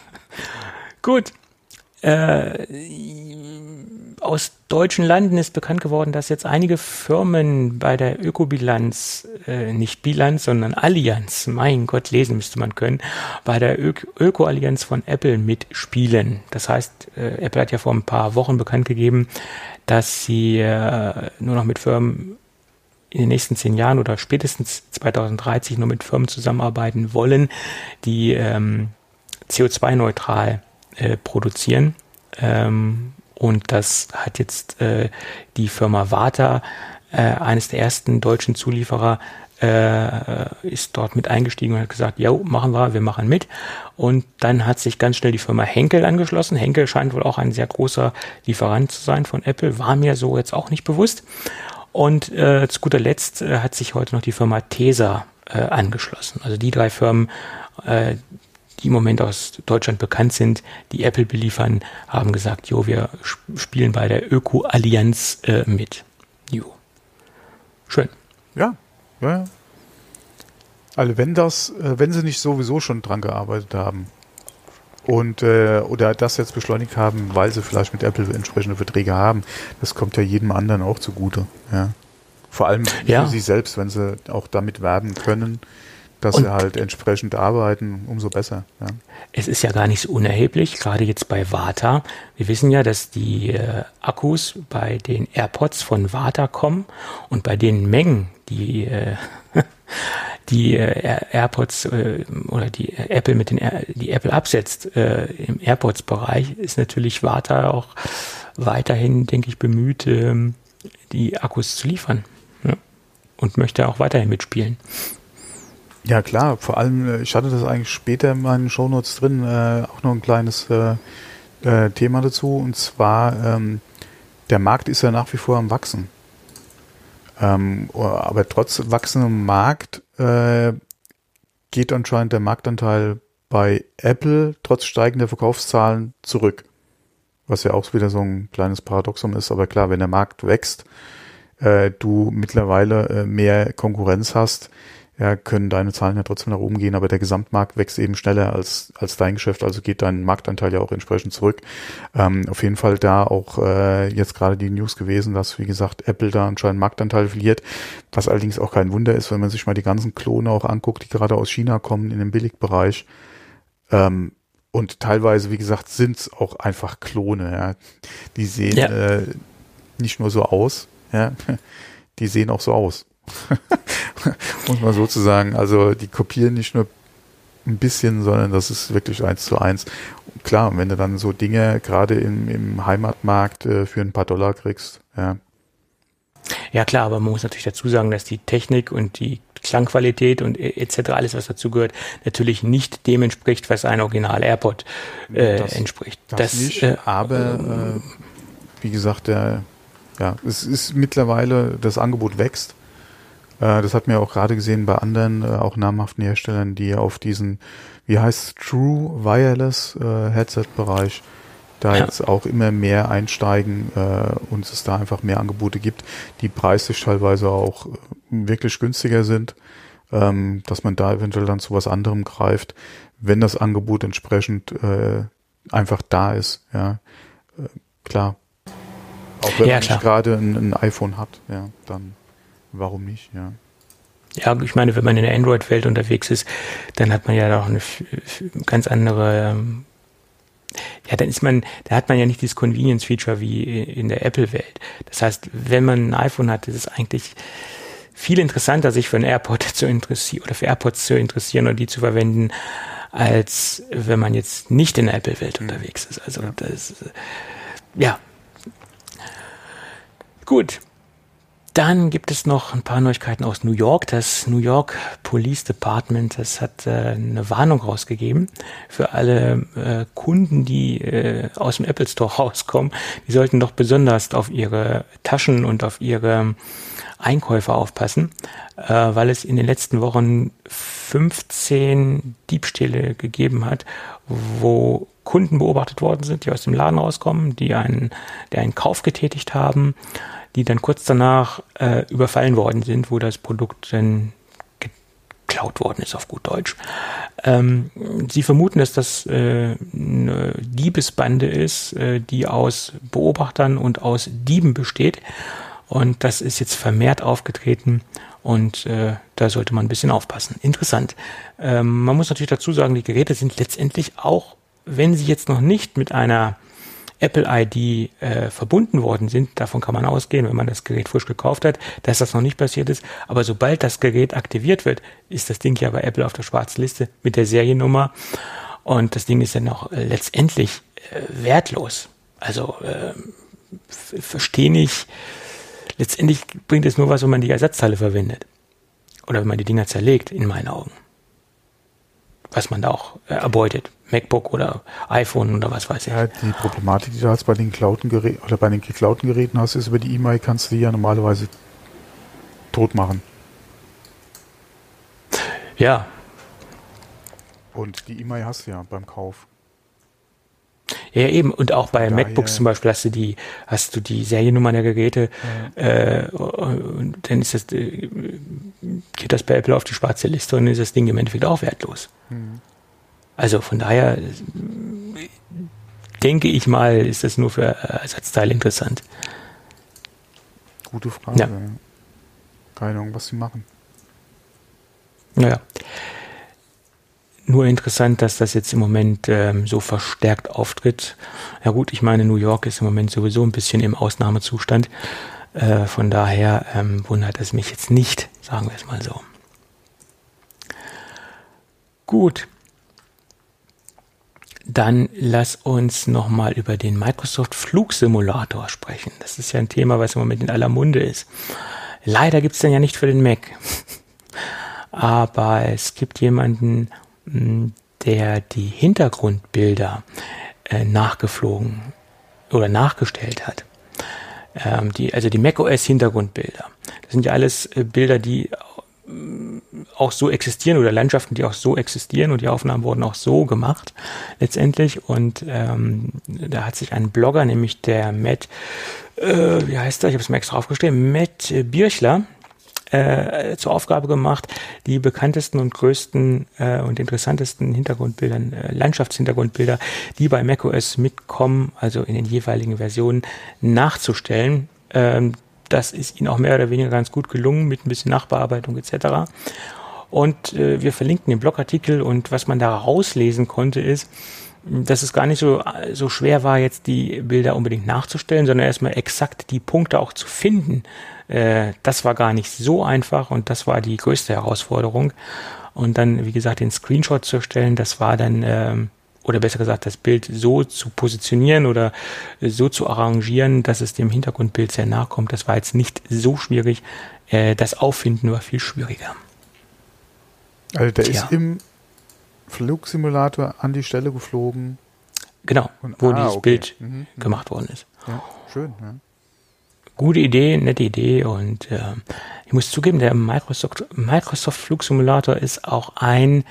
gut. Äh, aus deutschen Landen ist bekannt geworden, dass jetzt einige Firmen bei der Ökobilanz, äh, nicht Bilanz, sondern Allianz, mein Gott, lesen müsste man können, bei der Ö- Öko-Allianz von Apple mitspielen. Das heißt, äh, Apple hat ja vor ein paar Wochen bekannt gegeben, dass sie äh, nur noch mit Firmen in den nächsten zehn Jahren oder spätestens zwanzig dreißig nur mit Firmen zusammenarbeiten wollen, die ähm, C O zwei neutral äh, produzieren. Ähm, und das hat jetzt äh, die Firma Varta, äh, eines der ersten deutschen Zulieferer, äh, ist dort mit eingestiegen und hat gesagt, ja, machen wir, wir machen mit. Und dann hat sich ganz schnell die Firma Henkel angeschlossen. Henkel scheint wohl auch ein sehr großer Lieferant zu sein von Apple, war mir so jetzt auch nicht bewusst. Und äh, zu guter Letzt äh, hat sich heute noch die Firma Tesa äh, angeschlossen. Also die drei Firmen, äh, die im Moment aus Deutschland bekannt sind, die Apple beliefern, haben gesagt, jo, wir spielen bei der Öko-Allianz äh, mit. Jo. Schön. Ja, ja. Also wenn das, äh, wenn sie nicht sowieso schon dran gearbeitet haben und äh, oder das jetzt beschleunigt haben, weil sie vielleicht mit Apple entsprechende Verträge haben, das kommt ja jedem anderen auch zugute. Ja. Vor allem ja. für sie selbst, wenn sie auch damit werben können, dass und sie halt entsprechend arbeiten, umso besser. Ja. Es ist ja gar nicht so unerheblich, gerade jetzt bei Varta. Wir wissen ja, dass die äh, Akkus bei den AirPods von Varta kommen und bei den Mengen, die äh, die äh, AirPods äh, oder die äh, Apple mit den Air, die Apple absetzt äh, im AirPods-Bereich, ist natürlich Varta auch weiterhin, denke ich, bemüht, ähm, die Akkus zu liefern. Ja. Und möchte auch weiterhin mitspielen. Ja klar, vor allem, ich hatte das eigentlich später in meinen Shownotes drin, äh, auch noch ein kleines äh, äh, Thema dazu, und zwar ähm, der Markt ist ja nach wie vor am Wachsen. Ähm, aber trotz wachsendem Markt äh, geht anscheinend der Marktanteil bei Apple trotz steigender Verkaufszahlen zurück. Was ja auch wieder so ein kleines Paradoxon ist, aber klar, wenn der Markt wächst, äh, du mittlerweile äh, mehr Konkurrenz hast, ja, können deine Zahlen ja trotzdem nach oben gehen, aber der Gesamtmarkt wächst eben schneller als als dein Geschäft, also geht dein Marktanteil ja auch entsprechend zurück. Ähm, auf jeden Fall da auch äh, jetzt gerade die News gewesen, dass, wie gesagt, Apple da anscheinend Marktanteil verliert, was allerdings auch kein Wunder ist, wenn man sich mal die ganzen Klone auch anguckt, die gerade aus China kommen in den Billigbereich. Ähm, und teilweise, wie gesagt, sind es auch einfach Klone. Ja. Die sehen ja. äh, nicht nur so aus, ja, die sehen auch so aus. Muss man sozusagen, also die kopieren nicht nur ein bisschen, sondern das ist wirklich eins zu eins. Und klar, wenn du dann so Dinge gerade im, im Heimatmarkt äh, für ein paar Dollar kriegst, ja. Ja klar, aber man muss natürlich dazu sagen, dass die Technik und die Klangqualität und et cetera, alles was dazu gehört, natürlich nicht dem entspricht, was ein Original AirPod äh, das, entspricht. Das, das nicht, äh, aber äh, wie gesagt, der, ja, es ist mittlerweile, das Angebot wächst. Das hat man ja auch gerade gesehen bei anderen, auch namhaften Herstellern, die auf diesen, wie heißt es, True Wireless äh, Headset-Bereich da ja. jetzt auch immer mehr einsteigen äh, und es da einfach mehr Angebote gibt, die preislich teilweise auch wirklich günstiger sind, ähm, dass man da eventuell dann zu was anderem greift, wenn das Angebot entsprechend äh, einfach da ist. Ja, äh, klar. Auch wenn ja, man nicht gerade ein, ein iPhone hat, ja, dann warum nicht, ja. Ja, ich meine, wenn man in der Android-Welt unterwegs ist, dann hat man ja auch eine f- f- ganz andere, ähm, ja, dann ist man, da hat man ja nicht dieses Convenience-Feature wie in der Apple-Welt. Das heißt, wenn man ein iPhone hat, ist es eigentlich viel interessanter, sich für ein AirPod zu interessieren oder für AirPods zu interessieren und die zu verwenden, als wenn man jetzt nicht in der Apple-Welt mhm. unterwegs ist. Also ja. das, ja. Gut. Dann gibt es noch ein paar Neuigkeiten aus New York. Das New York Police Department, das hat äh, eine Warnung rausgegeben für alle äh, Kunden, die äh, aus dem Apple Store rauskommen. Die sollten doch besonders auf ihre Taschen und auf ihre Einkäufe aufpassen, äh, weil es in den letzten Wochen fünfzehn Diebstähle gegeben hat, wo Kunden beobachtet worden sind, die aus dem Laden rauskommen, die einen, die einen Kauf getätigt haben, die dann kurz danach äh, überfallen worden sind, wo das Produkt dann geklaut worden ist, auf gut Deutsch. Ähm, sie vermuten, dass das äh, eine Diebesbande ist, äh, die aus Beobachtern und aus Dieben besteht. Und das ist jetzt vermehrt aufgetreten und äh, da sollte man ein bisschen aufpassen. Interessant. Ähm, man muss natürlich dazu sagen, die Geräte sind letztendlich auch, wenn sie jetzt noch nicht mit einer Apple I D äh, verbunden worden sind, davon kann man ausgehen, wenn man das Gerät frisch gekauft hat, dass das noch nicht passiert ist. Aber sobald das Gerät aktiviert wird, ist das Ding ja bei Apple auf der schwarzen Liste mit der Seriennummer und das Ding ist dann auch äh, letztendlich äh, wertlos. Also äh, f- verstehe nicht, letztendlich bringt es nur was, wenn man die Ersatzteile verwendet oder wenn man die Dinger zerlegt, in meinen Augen. Was man da auch äh, erbeutet. MacBook oder iPhone oder was weiß ich. Ja, die Problematik, die du hast bei den geklauten Geräten oder bei den geklauten Geräten hast, ist, über die E-Mail kannst du die ja normalerweise tot machen. Ja. Und die E-Mail hast du ja beim Kauf. Ja, eben. Und auch bei Daher, MacBooks zum Beispiel hast du die, hast du die Seriennummer der Geräte, ja. äh, und dann ist das, äh, geht das bei Apple auf die schwarze Liste und ist das Ding im Endeffekt auch wertlos. Mhm. Also von daher denke ich mal, ist das nur für Ersatzteile interessant. Gute Frage. Ja. Keine Ahnung, was sie machen. Naja. Nur interessant, dass das jetzt im Moment ähm, so verstärkt auftritt. Ja gut, ich meine, New York ist im Moment sowieso ein bisschen im Ausnahmezustand. Äh, von daher ähm, wundert es mich jetzt nicht, sagen wir es mal so. Gut. Dann lass uns nochmal über den Microsoft Flugsimulator sprechen. Das ist ja ein Thema, was im Moment in aller Munde ist. Leider gibt es den ja nicht für den Mac. Aber es gibt jemanden, der die Hintergrundbilder äh, nachgeflogen oder nachgestellt hat. Ähm, die, also die macOS Hintergrundbilder. Das sind ja alles äh, Bilder, die auch so existieren oder Landschaften, die auch so existieren und die Aufnahmen wurden auch so gemacht letztendlich und ähm, da hat sich ein Blogger, nämlich der Matt, äh, wie heißt er, ich habe es mir extra aufgeschrieben, Matt Birchler, äh, zur Aufgabe gemacht, die bekanntesten und größten äh, und interessantesten Hintergrundbildern, äh, Landschaftshintergrundbilder, die bei macOS mitkommen, also in den jeweiligen Versionen nachzustellen. Ähm, Das ist ihnen auch mehr oder weniger ganz gut gelungen mit ein bisschen Nachbearbeitung et cetera. Und äh, wir verlinken den Blogartikel und was man da rauslesen konnte ist, dass es gar nicht so, so schwer war, jetzt die Bilder unbedingt nachzustellen, sondern erstmal exakt die Punkte auch zu finden. Äh, das war gar nicht so einfach und das war die größte Herausforderung. Und dann, wie gesagt, den Screenshot zu erstellen, das war dann... Ähm, oder besser gesagt, das Bild so zu positionieren oder so zu arrangieren, dass es dem Hintergrundbild sehr nahe kommt. Das war jetzt nicht so schwierig. Äh, das Auffinden war viel schwieriger. Also der Tja. ist im Flugsimulator an die Stelle geflogen. Genau, Und, wo ah, dieses okay. Bild mhm, gemacht worden ist. Ja, schön. Ja. Gute Idee, nette Idee und äh, ich muss zugeben, der Microsoft, Microsoft Flugsimulator ist auch ein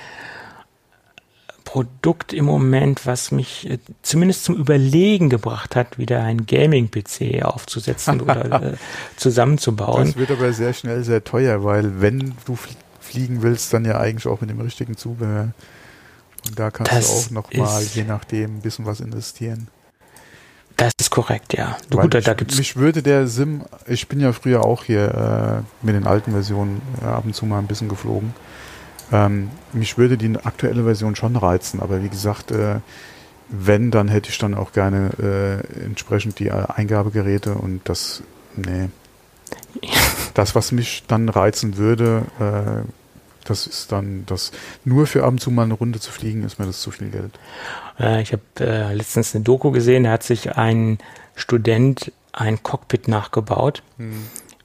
Produkt im Moment, was mich äh, zumindest zum Überlegen gebracht hat, wieder einen Gaming-P C aufzusetzen oder äh, zusammenzubauen. Das wird aber sehr schnell sehr teuer, weil wenn du fl- fliegen willst, dann ja eigentlich auch mit dem richtigen Zubehör. Und da kannst das du auch nochmal, ist, je nachdem, ein bisschen was investieren. Das ist korrekt, ja. Du, Weil gut, mich, da gibt's mich würde der Sim, ich bin ja früher auch hier äh, mit den alten Versionen äh, ab und zu mal ein bisschen geflogen. Ähm, mich würde die aktuelle Version schon reizen, aber wie gesagt, äh, wenn, dann hätte ich dann auch gerne äh, entsprechend die äh, Eingabegeräte und das, nee. Das, was mich dann reizen würde, äh, das ist dann, das nur für ab und zu mal eine Runde zu fliegen, ist mir das zu viel Geld. Äh, ich habe äh, letztens eine Doku gesehen, da hat sich ein Student ein Cockpit nachgebaut. Hm.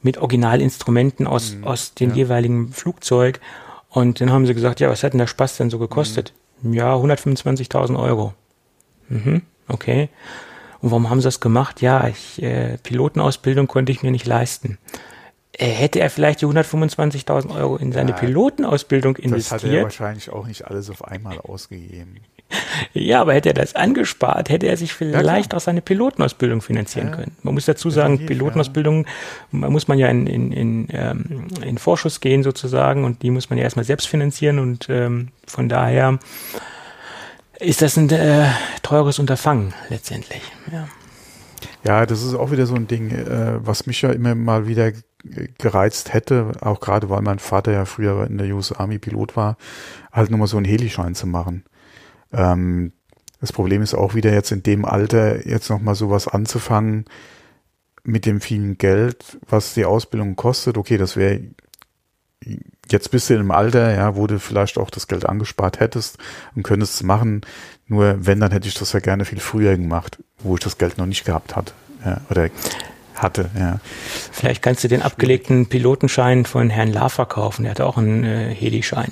mit Originalinstrumenten aus, mhm, aus dem ja. jeweiligen Flugzeug. Und dann haben sie gesagt, ja, was hat denn der Spaß denn so gekostet? Mhm. Ja, hundertfünfundzwanzigtausend Euro. Mhm, okay. Und warum haben sie das gemacht? Ja, ich, äh, Pilotenausbildung konnte ich mir nicht leisten. Äh, hätte er vielleicht die hundertfünfundzwanzigtausend Euro in seine ja, Pilotenausbildung investiert? Das hat er wahrscheinlich auch nicht alles auf einmal ausgegeben. Ja, aber hätte er das angespart, hätte er sich vielleicht ja, auch seine Pilotenausbildung finanzieren ja, können. Man muss dazu sagen, Pilotenausbildung, ja. muss man ja in, in, in, ähm, in Vorschuss gehen sozusagen und die muss man ja erstmal selbst finanzieren und ähm, von daher ist das ein äh, teures Unterfangen letztendlich. Ja. ja, das ist auch wieder so ein Ding, äh, was mich ja immer mal wieder gereizt hätte, auch gerade weil mein Vater ja früher in der U S Army Pilot war, halt nochmal so einen Helischein zu machen. Ähm, das Problem ist auch wieder jetzt in dem Alter jetzt nochmal sowas anzufangen mit dem vielen Geld, was die Ausbildung kostet. Okay, das wäre, jetzt bist du in einem Alter, ja, wo du vielleicht auch das Geld angespart hättest und könntest es machen. Nur wenn, dann hätte ich das ja gerne viel früher gemacht, wo ich das Geld noch nicht gehabt hatte, ja, oder hatte, ja. Vielleicht kannst du den abgelegten Pilotenschein von Herrn La verkaufen. Der hat auch einen äh, Heli-Schein.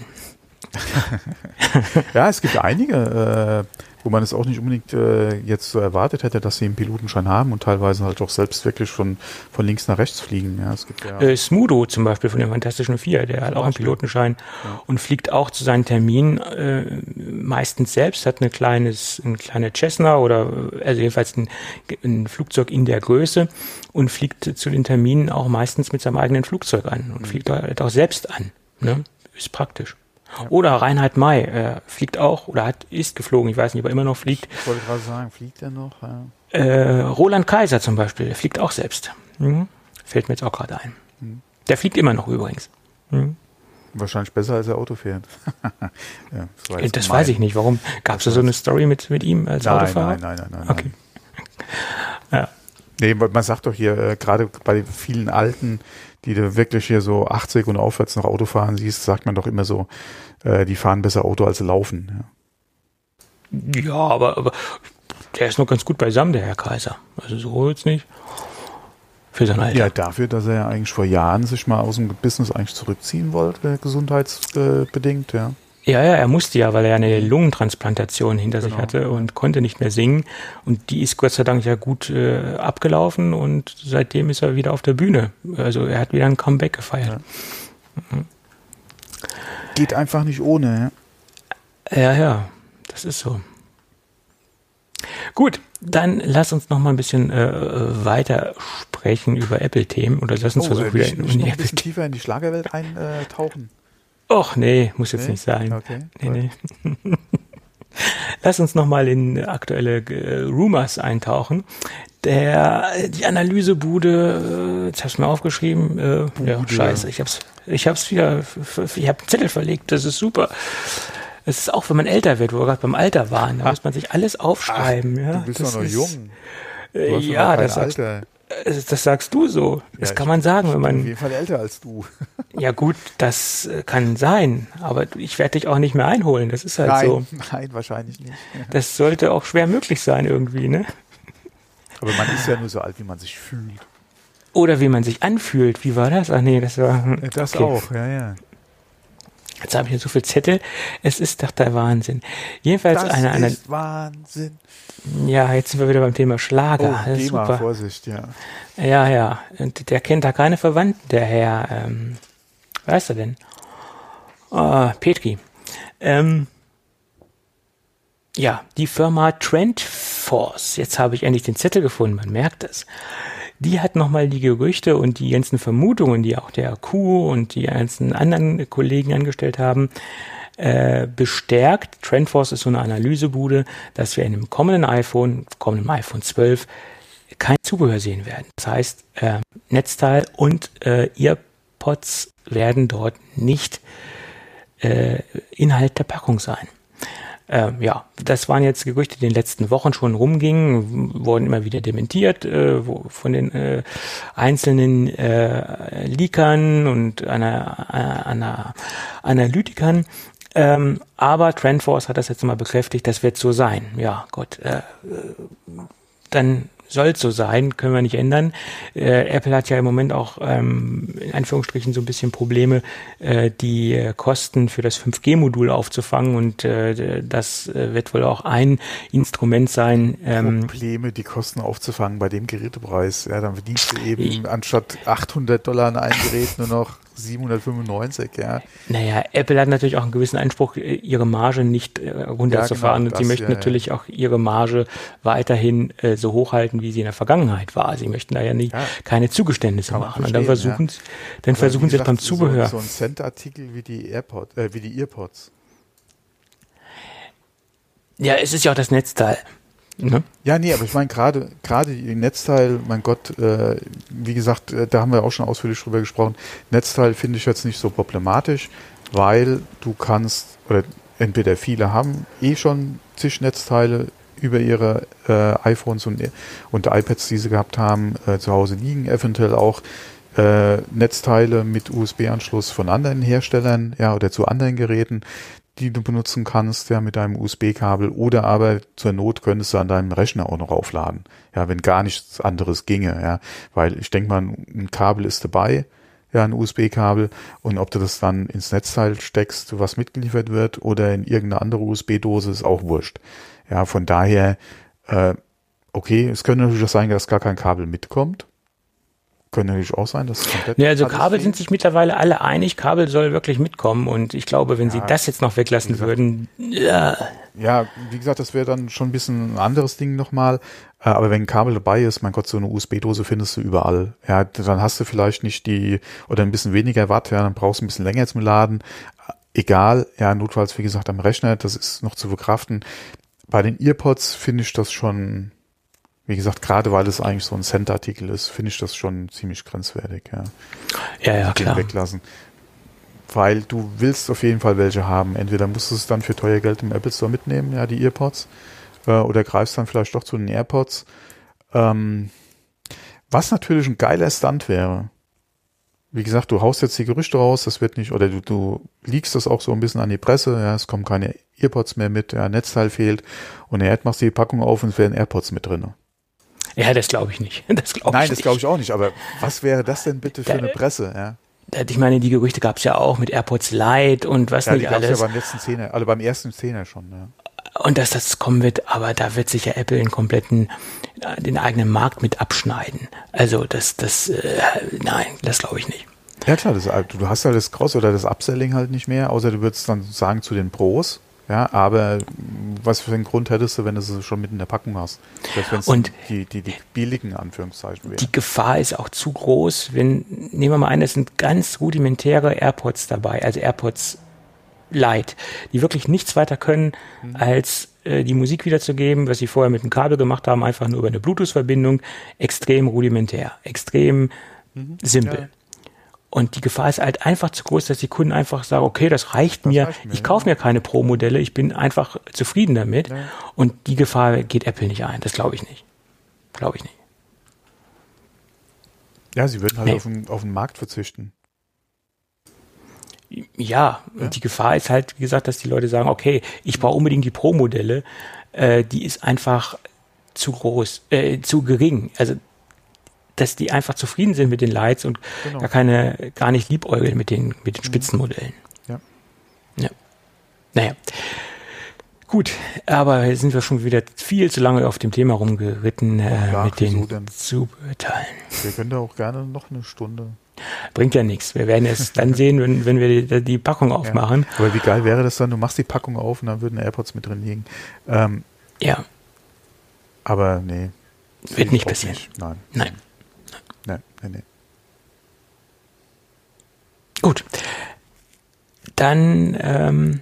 Ja, es gibt einige, äh, wo man es auch nicht unbedingt äh, jetzt so erwartet hätte, dass sie einen Pilotenschein haben und teilweise halt auch selbst wirklich schon von links nach rechts fliegen. Ja, es gibt ja äh, Smudo zum Beispiel von den Fantastischen Vier, der hat auch einen Pilotenschein ja. und fliegt auch zu seinen Terminen äh, meistens selbst, hat eine kleines, eine kleine Cessna oder also jedenfalls ein, ein Flugzeug in der Größe und fliegt zu den Terminen auch meistens mit seinem eigenen Flugzeug an und mhm. fliegt halt auch selbst an. Ne? Ist praktisch. Ja. Oder Reinhard May äh, fliegt auch oder hat ist geflogen, ich weiß nicht, ob er immer noch fliegt. Ich wollte gerade sagen, fliegt er noch? Ja. Äh, Roland Kaiser zum Beispiel, der fliegt auch selbst. Mhm. Fällt mir jetzt auch gerade ein. Mhm. Der fliegt immer noch übrigens. Mhm. Wahrscheinlich besser, als er Auto fährt. ja, das das weiß ich nicht. Warum? Gab es da so eine Story mit, mit ihm als nein, Autofahrer? Nein, nein, nein, nein. Okay. ja. Nee, man sagt doch hier, äh, gerade bei vielen Alten, die du wirklich hier so achtzig und aufwärts noch Auto fahren siehst, sagt man doch immer so, äh, die fahren besser Auto als sie laufen. Ja, ja aber, aber der ist noch ganz gut beisammen, der Herr Kaiser. Also so jetzt nicht. Für sein Alter. Ja, dafür, dass er ja eigentlich vor Jahren sich mal aus dem Business eigentlich zurückziehen wollte, gesundheitsbedingt, ja. Ja, ja, er musste ja, weil er eine Lungentransplantation hinter genau. sich hatte und konnte nicht mehr singen. Und die ist Gott sei Dank ja gut äh, abgelaufen und seitdem ist er wieder auf der Bühne. Also er hat wieder ein Comeback gefeiert. Ja. Mhm. Geht einfach nicht ohne, ja. Ja, ja, das ist so. Gut, dann lass uns noch mal ein bisschen äh, weiter sprechen über Apple-Themen oder lass uns oh, versuchen, äh, wieder in, in, in die ein bisschen tiefer in die Schlagerwelt eintauchen. Och, nee, muss jetzt nee? nicht sein. Okay, nee, nee. Lass uns nochmal in aktuelle äh, Rumors eintauchen. Der, die Analysebude, äh, jetzt hab's mir aufgeschrieben, äh, ja, scheiße, ich hab's, ich hab's wieder, ich hab einen Zettel verlegt, das ist super. Es ist auch, wenn man älter wird, wo wir gerade beim Alter waren, da Ach. muss man sich alles aufschreiben. Ach, ja. Du bist das doch noch ist, jung. Du hast ja, das sagst, das sagst du so. Das ja, kann man sagen, wenn man. Ich bin auf jeden Fall älter als du. Ja gut, das kann sein, aber ich werde dich auch nicht mehr einholen. Das ist halt nein, so. Nein, wahrscheinlich nicht. Das sollte auch schwer möglich sein irgendwie, ne? Aber man ist ja nur so alt, wie man sich fühlt. Oder wie man sich anfühlt. Wie war das? Ach nee, das war. Das okay. auch, ja, ja. Jetzt habe ich hier so viel Zettel. Es ist doch der Wahnsinn. Jedenfalls das eine, eine. ist Wahnsinn. Ja, jetzt sind wir wieder beim Thema Schlager. Oh, das ist Thema, super. Vorsicht, ja. Ja, ja. Und der kennt da keine Verwandten, der Herr, ähm, wer ist er denn? Oh, Petri. Ähm, ja, die Firma TrendForce. Jetzt habe ich endlich den Zettel gefunden, man merkt es. Die hat nochmal die Gerüchte und die ganzen Vermutungen, die auch der Q und die ganzen anderen Kollegen angestellt haben, äh, bestärkt. TrendForce ist so eine Analysebude, dass wir in dem kommenden iPhone, kommenden iPhone zwölf, kein Zubehör sehen werden. Das heißt, äh, Netzteil und äh, EarPods werden dort nicht äh, Inhalt der Packung sein. Äh, ja, das waren jetzt Gerüchte, die in den letzten Wochen schon rumgingen, wurden immer wieder dementiert äh, wo, von den äh, einzelnen äh, Leakern und einer, einer Analytikern. Ähm, aber TrendForce hat das jetzt mal bekräftigt, das wird so sein. Ja, Gott. Äh, dann soll so sein, können wir nicht ändern. Äh, Apple hat ja im Moment auch ähm, in Anführungsstrichen so ein bisschen Probleme, äh, die Kosten für das fünf G Modul aufzufangen und äh, das äh, wird wohl auch ein Instrument sein. Ähm, Probleme, die Kosten aufzufangen bei dem Gerätepreis. Ja, dann verdienst du eben ich, anstatt achthundert Dollar an einem Gerät nur noch siebenhundertfünfundneunzig, ja. Naja, Apple hat natürlich auch einen gewissen Anspruch, ihre Marge nicht äh, runterzufahren. Ja, genau, und sie möchten ja, natürlich ja. auch ihre Marge weiterhin äh, so hochhalten, wie sie in der Vergangenheit war. Sie möchten da ja, nie, ja. keine Zugeständnisse machen. Und dann versuchen, ja. dann versuchen sie es beim Zubehör. So, so ein Cent-Artikel wie die AirPod, äh, wie die EarPods. Ja, es ist ja auch das Netzteil. Ne? Ja, nee, aber ich meine gerade gerade die Netzteil, mein Gott, äh, wie gesagt, äh, da haben wir auch schon ausführlich drüber gesprochen. Netzteil finde ich jetzt nicht so problematisch, weil du kannst, oder entweder viele haben eh schon zig Netzteile über ihre äh, iPhones und, und iPads, die sie gehabt haben, äh, zu Hause liegen, eventuell auch äh, Netzteile mit U S B-Anschluss von anderen Herstellern, ja, oder zu anderen Geräten, die du benutzen kannst, ja, mit deinem U S B-Kabel, oder aber zur Not könntest du an deinem Rechner auch noch aufladen, ja, wenn gar nichts anderes ginge, ja, weil ich denke mal, ein Kabel ist dabei, ja, ein U S B-Kabel, und ob du das dann ins Netzteil steckst, was mitgeliefert wird, oder in irgendeine andere U S B-Dose, ist auch wurscht. Ja, von daher, äh, okay, es könnte natürlich auch sein, dass gar kein Kabel mitkommt. Könnte natürlich auch sein, dass es komplett. Ja, also Kabel sind sich mittlerweile alle einig, Kabel soll wirklich mitkommen, und ich glaube, wenn ja, sie das jetzt noch weglassen gesagt, würden, ja. Ja, wie gesagt, das wäre dann schon ein bisschen ein anderes Ding nochmal, aber wenn ein Kabel dabei ist, mein Gott, so eine U S B-Dose findest du überall. Ja, dann hast du vielleicht nicht die, oder ein bisschen weniger Watt, ja, dann brauchst du ein bisschen länger zum Laden. Egal, ja, notfalls, wie gesagt, am Rechner, das ist noch zu verkraften. Bei den EarPods finde ich das schon, wie gesagt, gerade weil es eigentlich so ein Cent-Artikel ist, finde ich das schon ziemlich grenzwertig, ja. Ja, ja, klar. Weglassen. Weil du willst auf jeden Fall welche haben. Entweder musst du es dann für teuer Geld im Apple Store mitnehmen, ja, die EarPods, äh, oder greifst dann vielleicht doch zu den AirPods. Ähm, was natürlich ein geiler Stunt wäre. Wie gesagt, du haust jetzt die Gerüchte raus, das wird nicht, oder du, du liegst das auch so ein bisschen an die Presse, ja, es kommen keine EarPods mehr mit, ja, Netzteil fehlt, und er machst du die Packung auf und es wären AirPods mit drin. Ja, das glaube ich nicht. Das glaub Nein, ich das glaube ich auch nicht, aber was wäre das denn bitte für da, eine Presse, ja? Ich meine, die Gerüchte gab es ja auch mit AirPods Lite und was ja, nicht die gab's alles. Ja, beim letzten Zehner, also beim ersten Zehner schon, ja. Und dass das kommen wird, aber da wird sich ja Apple den kompletten, den eigenen Markt mit abschneiden. Also das, das, äh, nein, das glaube ich nicht. Ja klar, das, du hast halt das Cross- oder das Upselling halt nicht mehr, außer du würdest dann sagen zu den Pros, ja, aber was für einen Grund hättest du, wenn du es schon mit in der Packung hast? Wenn es die, die, die billigen Anführungszeichen wären. Die Gefahr ist auch zu groß, wenn, nehmen wir mal an, es sind ganz rudimentäre AirPods dabei, also AirPods Lite, die wirklich nichts weiter können, mhm. als äh, die Musik wiederzugeben, was sie vorher mit dem Kabel gemacht haben, einfach nur über eine Bluetooth-Verbindung, extrem rudimentär, extrem mhm. simpel. Ja. Und die Gefahr ist halt einfach zu groß, dass die Kunden einfach sagen, okay, das reicht das mir, reicht mir ich kaufe ja. mir keine Pro-Modelle, ich bin einfach zufrieden damit. Ja. Und die Gefahr geht Apple nicht ein, das glaube ich nicht. Glaube ich nicht. Ja, sie würden halt nee. auf, den, auf den Markt verzichten. Ja, ja, und die Gefahr ist halt, wie gesagt, dass die Leute sagen, okay, ich brauche unbedingt die Pro-Modelle, äh, die ist einfach zu groß, äh, zu gering. Also dass die einfach zufrieden sind mit den Lights und genau. gar keine, gar nicht liebäugeln mit den, mit den Spitzenmodellen. Ja. Ja. Naja. Gut, aber sind wir schon wieder viel zu lange auf dem Thema rumgeritten äh, ja, mit den Zubehörteilen. Wir können da auch gerne noch eine Stunde. Bringt ja nichts. Wir werden es dann sehen, wenn, wenn wir die, die Packung aufmachen. Ja. Aber wie geil wäre das dann? Du machst die Packung auf und dann würden AirPods mit drin liegen. Ähm, ja. Aber nee. Wird nicht passieren. Nicht. Nein. Nein. Nein, nein, nein. Gut. Dann, ähm,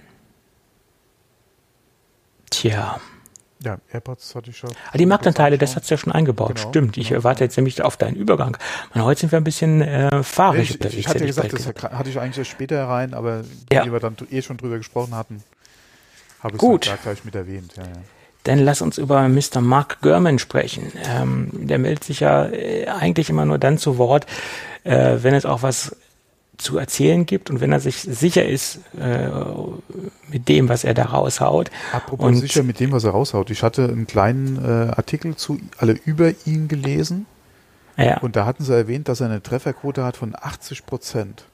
tja. Ja, AirPods hatte ich schon. Ah, die Marktanteile, das hat es ja schon eingebaut. Genau, Stimmt, ich genau. warte jetzt nämlich auf deinen Übergang. Und heute sind wir ein bisschen äh, fahrig ich, unterwegs. Ich hatte ja gesagt, das gesagt. hatte ich eigentlich erst später rein, aber ja. wie wir dann eh schon drüber gesprochen hatten, habe ich es halt da gleich mit erwähnt. Ja, ja. Dann lass uns über Mister Mark Gurman sprechen. Ähm, der meldet sich ja äh, eigentlich immer nur dann zu Wort, äh, wenn es auch was zu erzählen gibt und wenn er sich sicher ist äh, mit dem, was er da raushaut. Apropos und sicher mit dem, was er raushaut. Ich hatte einen kleinen äh, Artikel zu alle über ihn gelesen ja. und da hatten sie erwähnt, dass er eine Trefferquote hat von achtzig Prozent.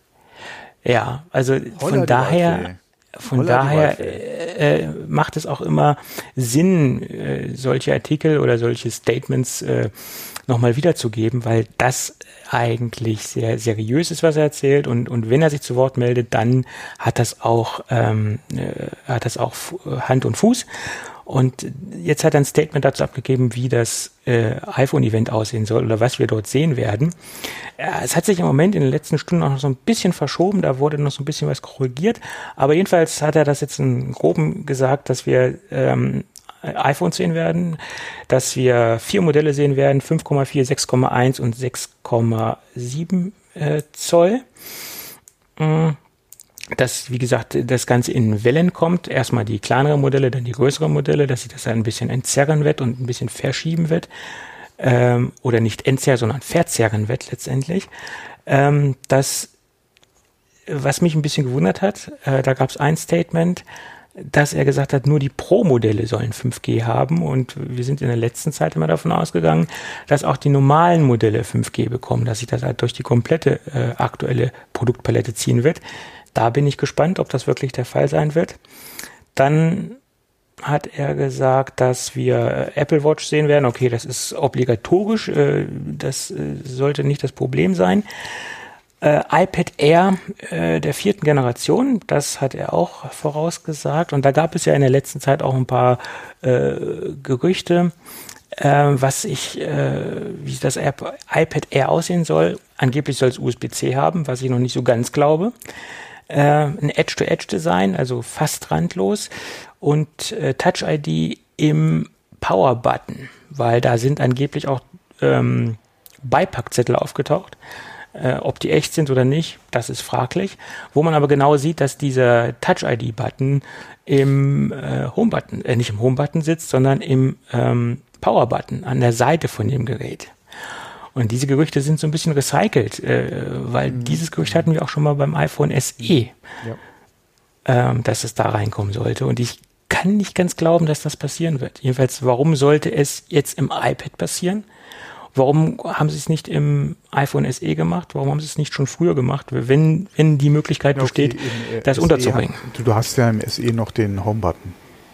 Ja, also Holla von daher, von Holla daher äh, äh, macht es auch immer Sinn, äh, solche Artikel oder solche Statements äh, nochmal wiederzugeben, weil das eigentlich sehr seriös ist, was er erzählt und und wenn er sich zu Wort meldet, dann hat das auch ähm, äh, hat das auch Hand und Fuß. Und jetzt hat er ein Statement dazu abgegeben, wie das äh, iPhone-Event aussehen soll oder was wir dort sehen werden. Äh, es hat sich im Moment in den letzten Stunden auch noch so ein bisschen verschoben, da wurde noch so ein bisschen was korrigiert. Aber jedenfalls hat er das jetzt in Groben gesagt, dass wir ähm, iPhones sehen werden, dass wir vier Modelle sehen werden, fünf Komma vier, sechs Komma eins und sechs Komma sieben äh, Zoll. Mm. Dass, wie gesagt, das Ganze in Wellen kommt. Erstmal die kleineren Modelle, dann die größeren Modelle, dass sich das ein bisschen entzerren wird und ein bisschen verschieben wird. Ähm, oder nicht entzerren, sondern verzerren wird letztendlich. Ähm, das, was mich ein bisschen gewundert hat, äh, da gab es ein Statement, dass er gesagt hat, nur die Pro-Modelle sollen fünf G haben und wir sind in der letzten Zeit immer davon ausgegangen, dass auch die normalen Modelle fünf G bekommen, dass sich das halt durch die komplette äh, aktuelle Produktpalette ziehen wird. Da bin ich gespannt, ob das wirklich der Fall sein wird. Dann hat er gesagt, dass wir Apple Watch sehen werden. Okay, das ist obligatorisch, äh, das äh, sollte nicht das Problem sein. Äh, iPad Air äh, der vierten Generation, das hat er auch vorausgesagt. Und da gab es ja in der letzten Zeit auch ein paar äh, Gerüchte, äh, was ich, äh, wie das App, iPad Air aussehen soll. Angeblich soll es U S B C haben, was ich noch nicht so ganz glaube. Äh, ein Edge-to-Edge-Design, also fast randlos. Und äh, Touch I D im Power-Button, weil da sind angeblich auch ähm, Beipackzettel aufgetaucht. Äh, ob die echt sind oder nicht, das ist fraglich. Wo man aber genau sieht, dass dieser Touch-I D-Button im äh, Home-Button, äh, nicht im Home-Button sitzt, sondern im ähm, Power-Button an der Seite von dem Gerät. Und diese Gerüchte sind so ein bisschen recycelt, äh, weil mhm. dieses Gerücht hatten wir auch schon mal beim iPhone S E, ja. ähm, dass es da reinkommen sollte. Und ich kann nicht ganz glauben, dass das passieren wird. Jedenfalls, warum sollte es jetzt im iPad passieren? Warum haben sie es nicht im iPhone S E gemacht? Warum haben sie es nicht schon früher gemacht, wenn, wenn die Möglichkeit ja, okay, besteht, im, äh, das S E unterzubringen? Hat, du hast ja im S E noch den Home-Button.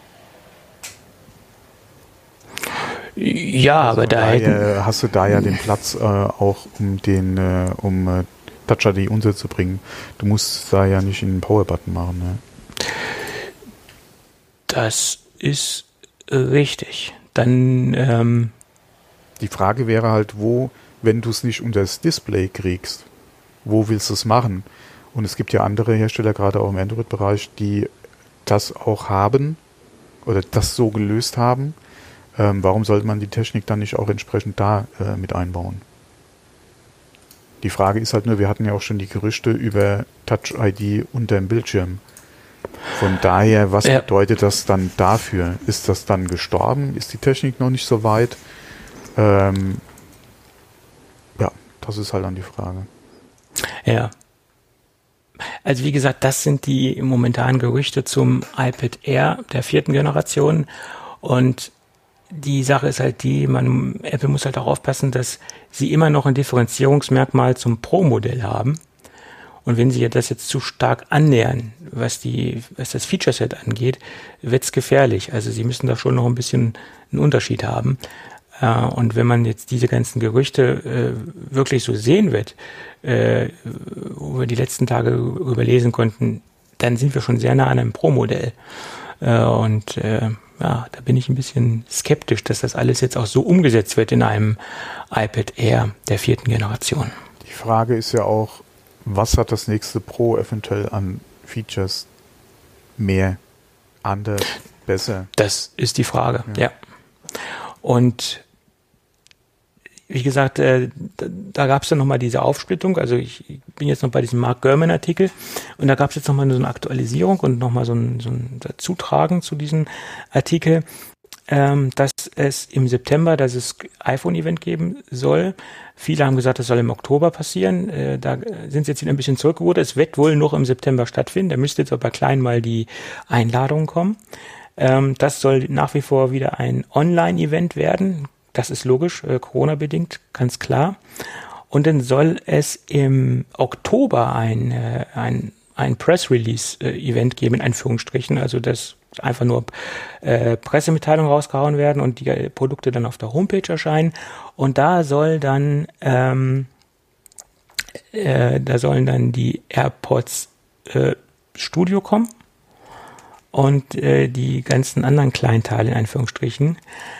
Ja, also aber da, da hätten, hast du da ja den Platz äh, auch, um den äh, um äh, Touch I D unterzubringen. Du musst da ja nicht einen Power-Button machen. Ne? Das ist richtig. Dann ähm, die Frage wäre halt, wo, wenn du es nicht unter das Display kriegst, wo willst du es machen? Und es gibt ja andere Hersteller, gerade auch im Android-Bereich, die das auch haben oder das so gelöst haben. Ähm, warum sollte man die Technik dann nicht auch entsprechend da äh, mit einbauen? Die Frage ist halt nur, wir hatten ja auch schon die Gerüchte über Touch I D unter dem Bildschirm. Von daher, was ja. bedeutet das dann dafür? Ist das dann gestorben? Ist die Technik noch nicht so weit? Ähm, ja, das ist halt dann die Frage. Ja. Also wie gesagt, das sind die momentanen Gerüchte zum iPad Air der vierten Generation und die Sache ist halt die, man, Apple muss halt auch aufpassen, dass sie immer noch ein Differenzierungsmerkmal zum Pro-Modell haben. Und wenn sie das jetzt zu stark annähern, was die, was das Feature-Set angeht, wird's gefährlich. Also sie müssen da schon noch ein bisschen einen Unterschied haben. Und wenn man jetzt diese ganzen Gerüchte wirklich so sehen wird, wo wir die letzten Tage überlesen konnten, dann sind wir schon sehr nah an einem Pro-Modell. Und ja, da bin ich ein bisschen skeptisch, dass das alles jetzt auch so umgesetzt wird in einem iPad Air der vierten Generation. Die Frage ist ja auch, was hat das nächste Pro eventuell an Features mehr, anders, besser? Das ist die Frage, ja. ja. Und wie gesagt, äh, da, da gab es dann nochmal diese Aufsplittung, also ich, ich bin jetzt noch bei diesem Mark Gurman-Artikel und da gab es jetzt nochmal so eine Aktualisierung und nochmal so ein, so ein Zutragen zu diesem Artikel. ähm, dass es im September das iPhone-Event geben soll. Viele haben gesagt, das soll im Oktober passieren. Äh, da sind sie jetzt wieder ein bisschen zurückgerudert. Es wird wohl noch im September stattfinden. Da müsste jetzt aber bei klein mal die Einladung kommen. Ähm, das soll nach wie vor wieder ein Online-Event werden. Das ist logisch, äh, Corona-bedingt, ganz klar. Und dann soll es im Oktober ein, äh, ein, ein Press-Release-Event geben, in Anführungsstrichen. Also das einfach nur äh, Pressemitteilungen rausgehauen werden und die äh, Produkte dann auf der Homepage erscheinen. Und da soll dann ähm, äh, da sollen dann die AirPods äh, Studio kommen und äh, die ganzen anderen Kleinteile in Anführungsstrichen,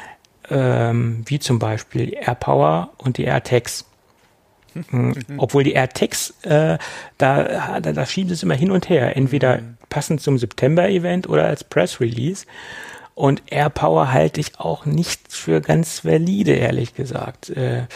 ähm, wie zum Beispiel die AirPower und die AirTags. Mhm. Obwohl die AirTags, äh, da, da, da schieben sie es immer hin und her, entweder mhm. passend zum September-Event oder als Press-Release. Und AirPower halte ich auch nicht für ganz valide, ehrlich gesagt. Äh,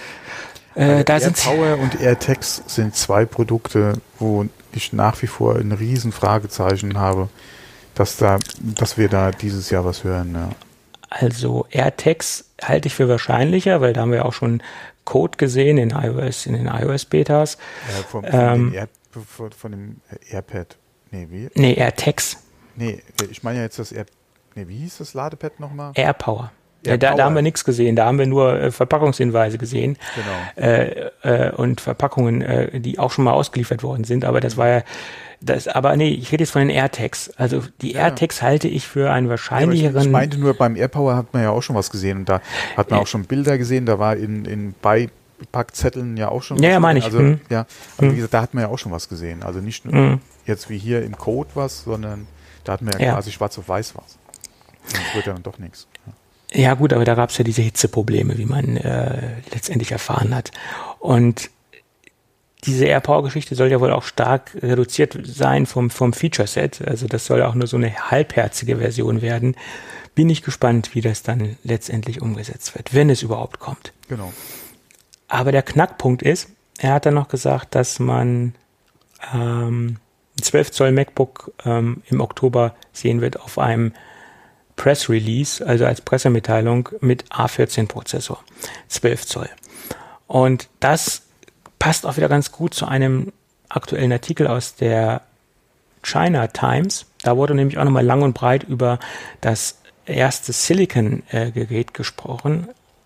äh, da sind AirPower und AirTags sind zwei Produkte, wo ich nach wie vor ein riesen Fragezeichen habe, dass da, dass wir da dieses Jahr was hören. Ja. Also AirTags halte ich für wahrscheinlicher, weil da haben wir auch schon Code gesehen in iOS, in den iOS-Betas. Ja, von, von, ähm, Air, von, von dem AirPad. Nee, wie? Nee, AirTags. Nee, ich meine ja jetzt das Air, nee, wie hieß das Ladepad nochmal? AirPower. Ja, da, da haben wir nichts gesehen, da haben wir nur äh, Verpackungshinweise gesehen. Genau. Äh, äh, und Verpackungen, äh, die auch schon mal ausgeliefert worden sind, aber das war ja, das, aber nee, ich rede jetzt von den AirTags. Also die ja. AirTags halte ich für einen wahrscheinlicheren. Ja, ich, ich meinte nur, beim AirPower hat man ja auch schon was gesehen und da hat man ja. auch schon Bilder gesehen, da war in, in Beipackzetteln ja auch schon was. Ja, ja, meine ich. Also, hm. ja, aber hm. wie gesagt, da hat man ja auch schon was gesehen. Also nicht nur hm. jetzt wie hier im Code was, sondern da hat man ja, ja. quasi schwarz auf weiß was. Und das wird ja dann doch nichts. Ja. Ja gut, aber da gab es ja diese Hitzeprobleme, wie man äh, letztendlich erfahren hat. Und diese AirPower-Geschichte soll ja wohl auch stark reduziert sein vom, vom Feature-Set. Also das soll auch nur so eine halbherzige Version werden. Bin ich gespannt, wie das dann letztendlich umgesetzt wird, wenn es überhaupt kommt. Genau. Aber der Knackpunkt ist, er hat dann noch gesagt, dass man ähm, ein zwölf Zoll MacBook ähm, im Oktober sehen wird auf einem Press Release, also als Pressemitteilung mit A vierzehn Prozessor, zwölf Zoll. Und das passt auch wieder ganz gut zu einem aktuellen Artikel aus der China Times. Da wurde nämlich auch nochmal lang und breit über das erste Silicon-Gerät äh, gesprochen.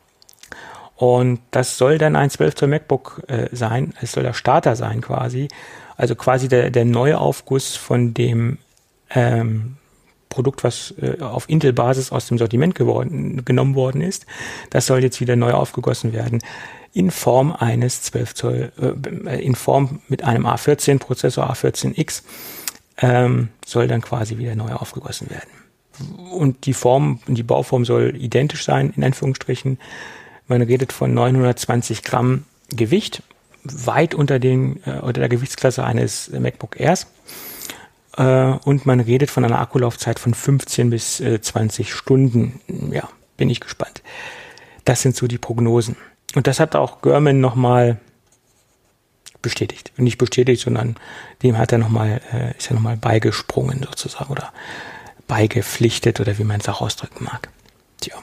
Und das soll dann ein zwölf Zoll MacBook äh, sein. Es soll der Starter sein quasi. Also quasi der, der Neuaufguss von dem ähm, Produkt, was äh, auf Intel-Basis aus dem Sortiment geworden, genommen worden ist. Das soll jetzt wieder neu aufgegossen werden in Form eines zwölf Zoll, äh, in Form mit einem A vierzehn Prozessor, A vierzehn X, ähm, soll dann quasi wieder neu aufgegossen werden. Und die Form, die Bauform soll identisch sein, in Anführungsstrichen. Man redet von neunhundertzwanzig Gramm Gewicht, weit unter, den, äh, unter der Gewichtsklasse eines MacBook Airs. Und man redet von einer Akkulaufzeit von fünfzehn bis zwanzig Stunden. Ja, bin ich gespannt. Das sind so die Prognosen. Und das hat auch Gurman nochmal bestätigt. Nicht bestätigt, sondern dem hat er nochmal, ist er nochmal beigesprungen sozusagen oder beigepflichtet oder wie man es auch ausdrücken mag. Tja.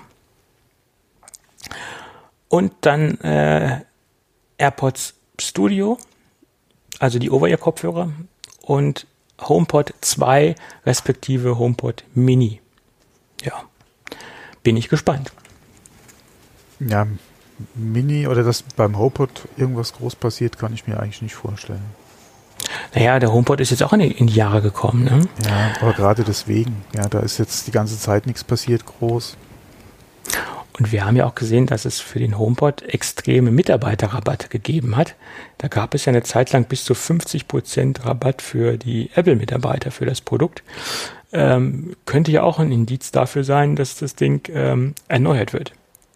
Und dann äh, AirPods Studio, also die Over-Ear-Kopfhörer und HomePod zwei respektive HomePod Mini. Ja, bin ich gespannt. Ja, Mini oder dass beim HomePod irgendwas groß passiert, kann ich mir eigentlich nicht vorstellen. Naja, der HomePod ist jetzt auch in die, in die Jahre gekommen, ne? Ja, aber gerade deswegen. Ja, da ist jetzt die ganze Zeit nichts passiert groß. Und wir haben ja auch gesehen, dass es für den HomePod extreme Mitarbeiterrabatte gegeben hat. Da gab es ja eine Zeit lang bis zu fünfzig Prozent Rabatt für die Apple-Mitarbeiter für das Produkt. Ähm, könnte ja auch ein Indiz dafür sein, dass das Ding ähm, erneuert wird.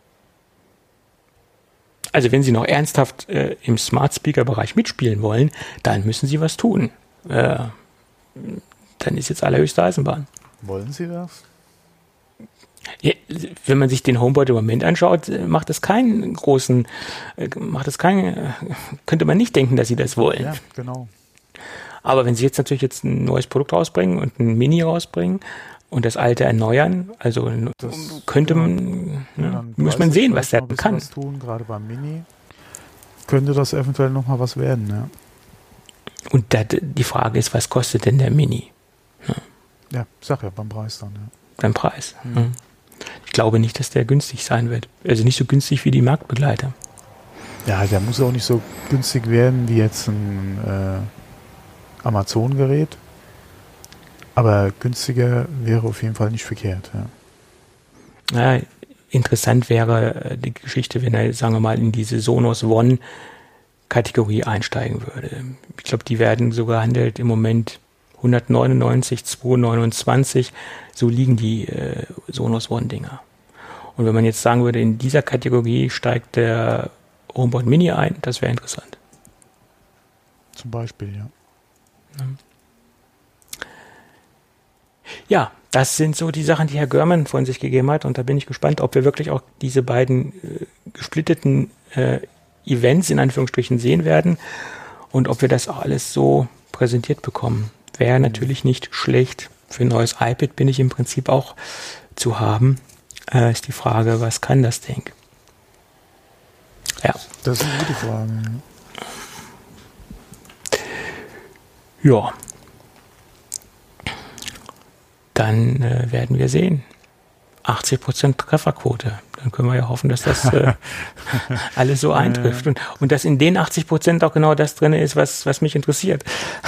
Also wenn Sie noch ernsthaft äh, im Smart-Speaker-Bereich mitspielen wollen, dann müssen Sie was tun. Äh, dann ist jetzt allerhöchste Eisenbahn. Wollen Sie das? Ja, wenn man sich den HomePod im Moment anschaut, macht es keinen großen, macht es keinen, könnte man nicht denken, dass sie das wollen. Ja, genau. Aber wenn sie jetzt natürlich jetzt ein neues Produkt rausbringen und ein Mini rausbringen, und das alte erneuern. Also das, könnte ja, man, ja, muss man sehen, was der kann. Was tun, gerade beim Mini könnte das eventuell nochmal was werden. Ja. Und da, die Frage ist, was kostet denn der Mini? Ja, ja sag ja, beim Preis dann. Ja. Beim Preis. Mhm. Ich glaube nicht, dass der günstig sein wird. Also nicht so günstig wie die Marktbegleiter. Ja, der muss auch nicht so günstig werden wie jetzt ein äh, Amazon-Gerät. Aber günstiger wäre auf jeden Fall nicht verkehrt. Ja. Ja, interessant wäre die Geschichte, wenn er, sagen wir mal, in diese Sonos One-Kategorie einsteigen würde. Ich glaube, die werden so gehandelt im Moment hundertneunundneunzig, zweihundertneunundzwanzig, so liegen die äh, Sonos One-Dinger. Und wenn man jetzt sagen würde, in dieser Kategorie steigt der HomePod Mini ein, das wäre interessant. Zum Beispiel, ja. ja. Ja, das sind so die Sachen, die Herr Görman von sich gegeben hat. Und da bin ich gespannt, ob wir wirklich auch diese beiden äh, gesplitteten äh, Events in Anführungsstrichen sehen werden und ob wir das auch alles so präsentiert bekommen. Wäre natürlich nicht schlecht. Für ein neues iPad bin ich im Prinzip auch zu haben. Äh, ist die Frage, was kann das Ding? Ja. Das ist eine gute Frage. Ja. Dann äh, werden wir sehen. achtzig Prozent Trefferquote. Dann können wir ja hoffen, dass das äh, alles so eintrifft. Und, und dass in den achtzig Prozent auch genau das drin ist, was, was mich interessiert.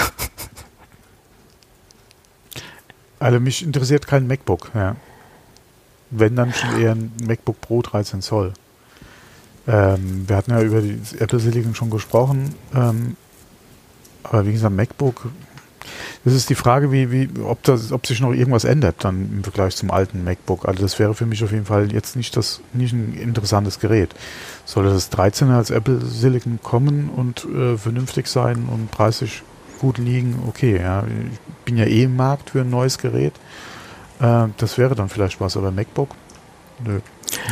Also mich interessiert kein MacBook. Ja. Wenn, dann schon eher ein MacBook Pro dreizehn Zoll. Ähm, wir hatten ja über die Apple Silicon schon gesprochen. Ähm, aber wie gesagt, MacBook... Das ist die Frage, wie, wie, ob, das, ob sich noch irgendwas ändert dann im Vergleich zum alten MacBook. Also das wäre für mich auf jeden Fall jetzt nicht das nicht ein interessantes Gerät. Sollte das dreizehner als Apple Silicon kommen und äh, vernünftig sein und preislich gut liegen, okay. Ja. Ich bin ja eh im Markt für ein neues Gerät. Äh, das wäre dann vielleicht was, aber MacBook? Nö.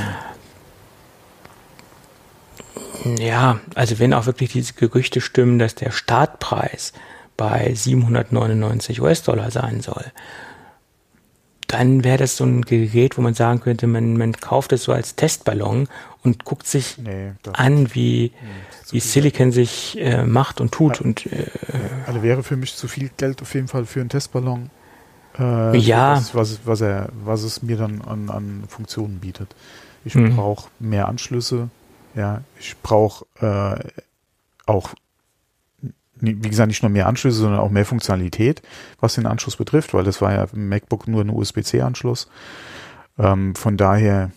Ja, also wenn auch wirklich diese Gerüchte stimmen, dass der Startpreis bei siebenhundertneunundneunzig US-Dollar sein soll, dann wäre das so ein Gerät, wo man sagen könnte, man, man kauft es so als Testballon und guckt sich nee, an, wie, nee, wie Silicon sich äh, macht und tut. Ja, und, äh, also wäre für mich zu viel Geld auf jeden Fall für einen Testballon. Äh, ja. Was, was, was, er, was es mir dann an, an Funktionen bietet. Ich mhm. brauche mehr Anschlüsse. Ja, ich brauche äh, auch wie gesagt, nicht nur mehr Anschlüsse, sondern auch mehr Funktionalität, was den Anschluss betrifft, weil das war ja im MacBook nur ein U S B C Anschluss. Ähm, von daher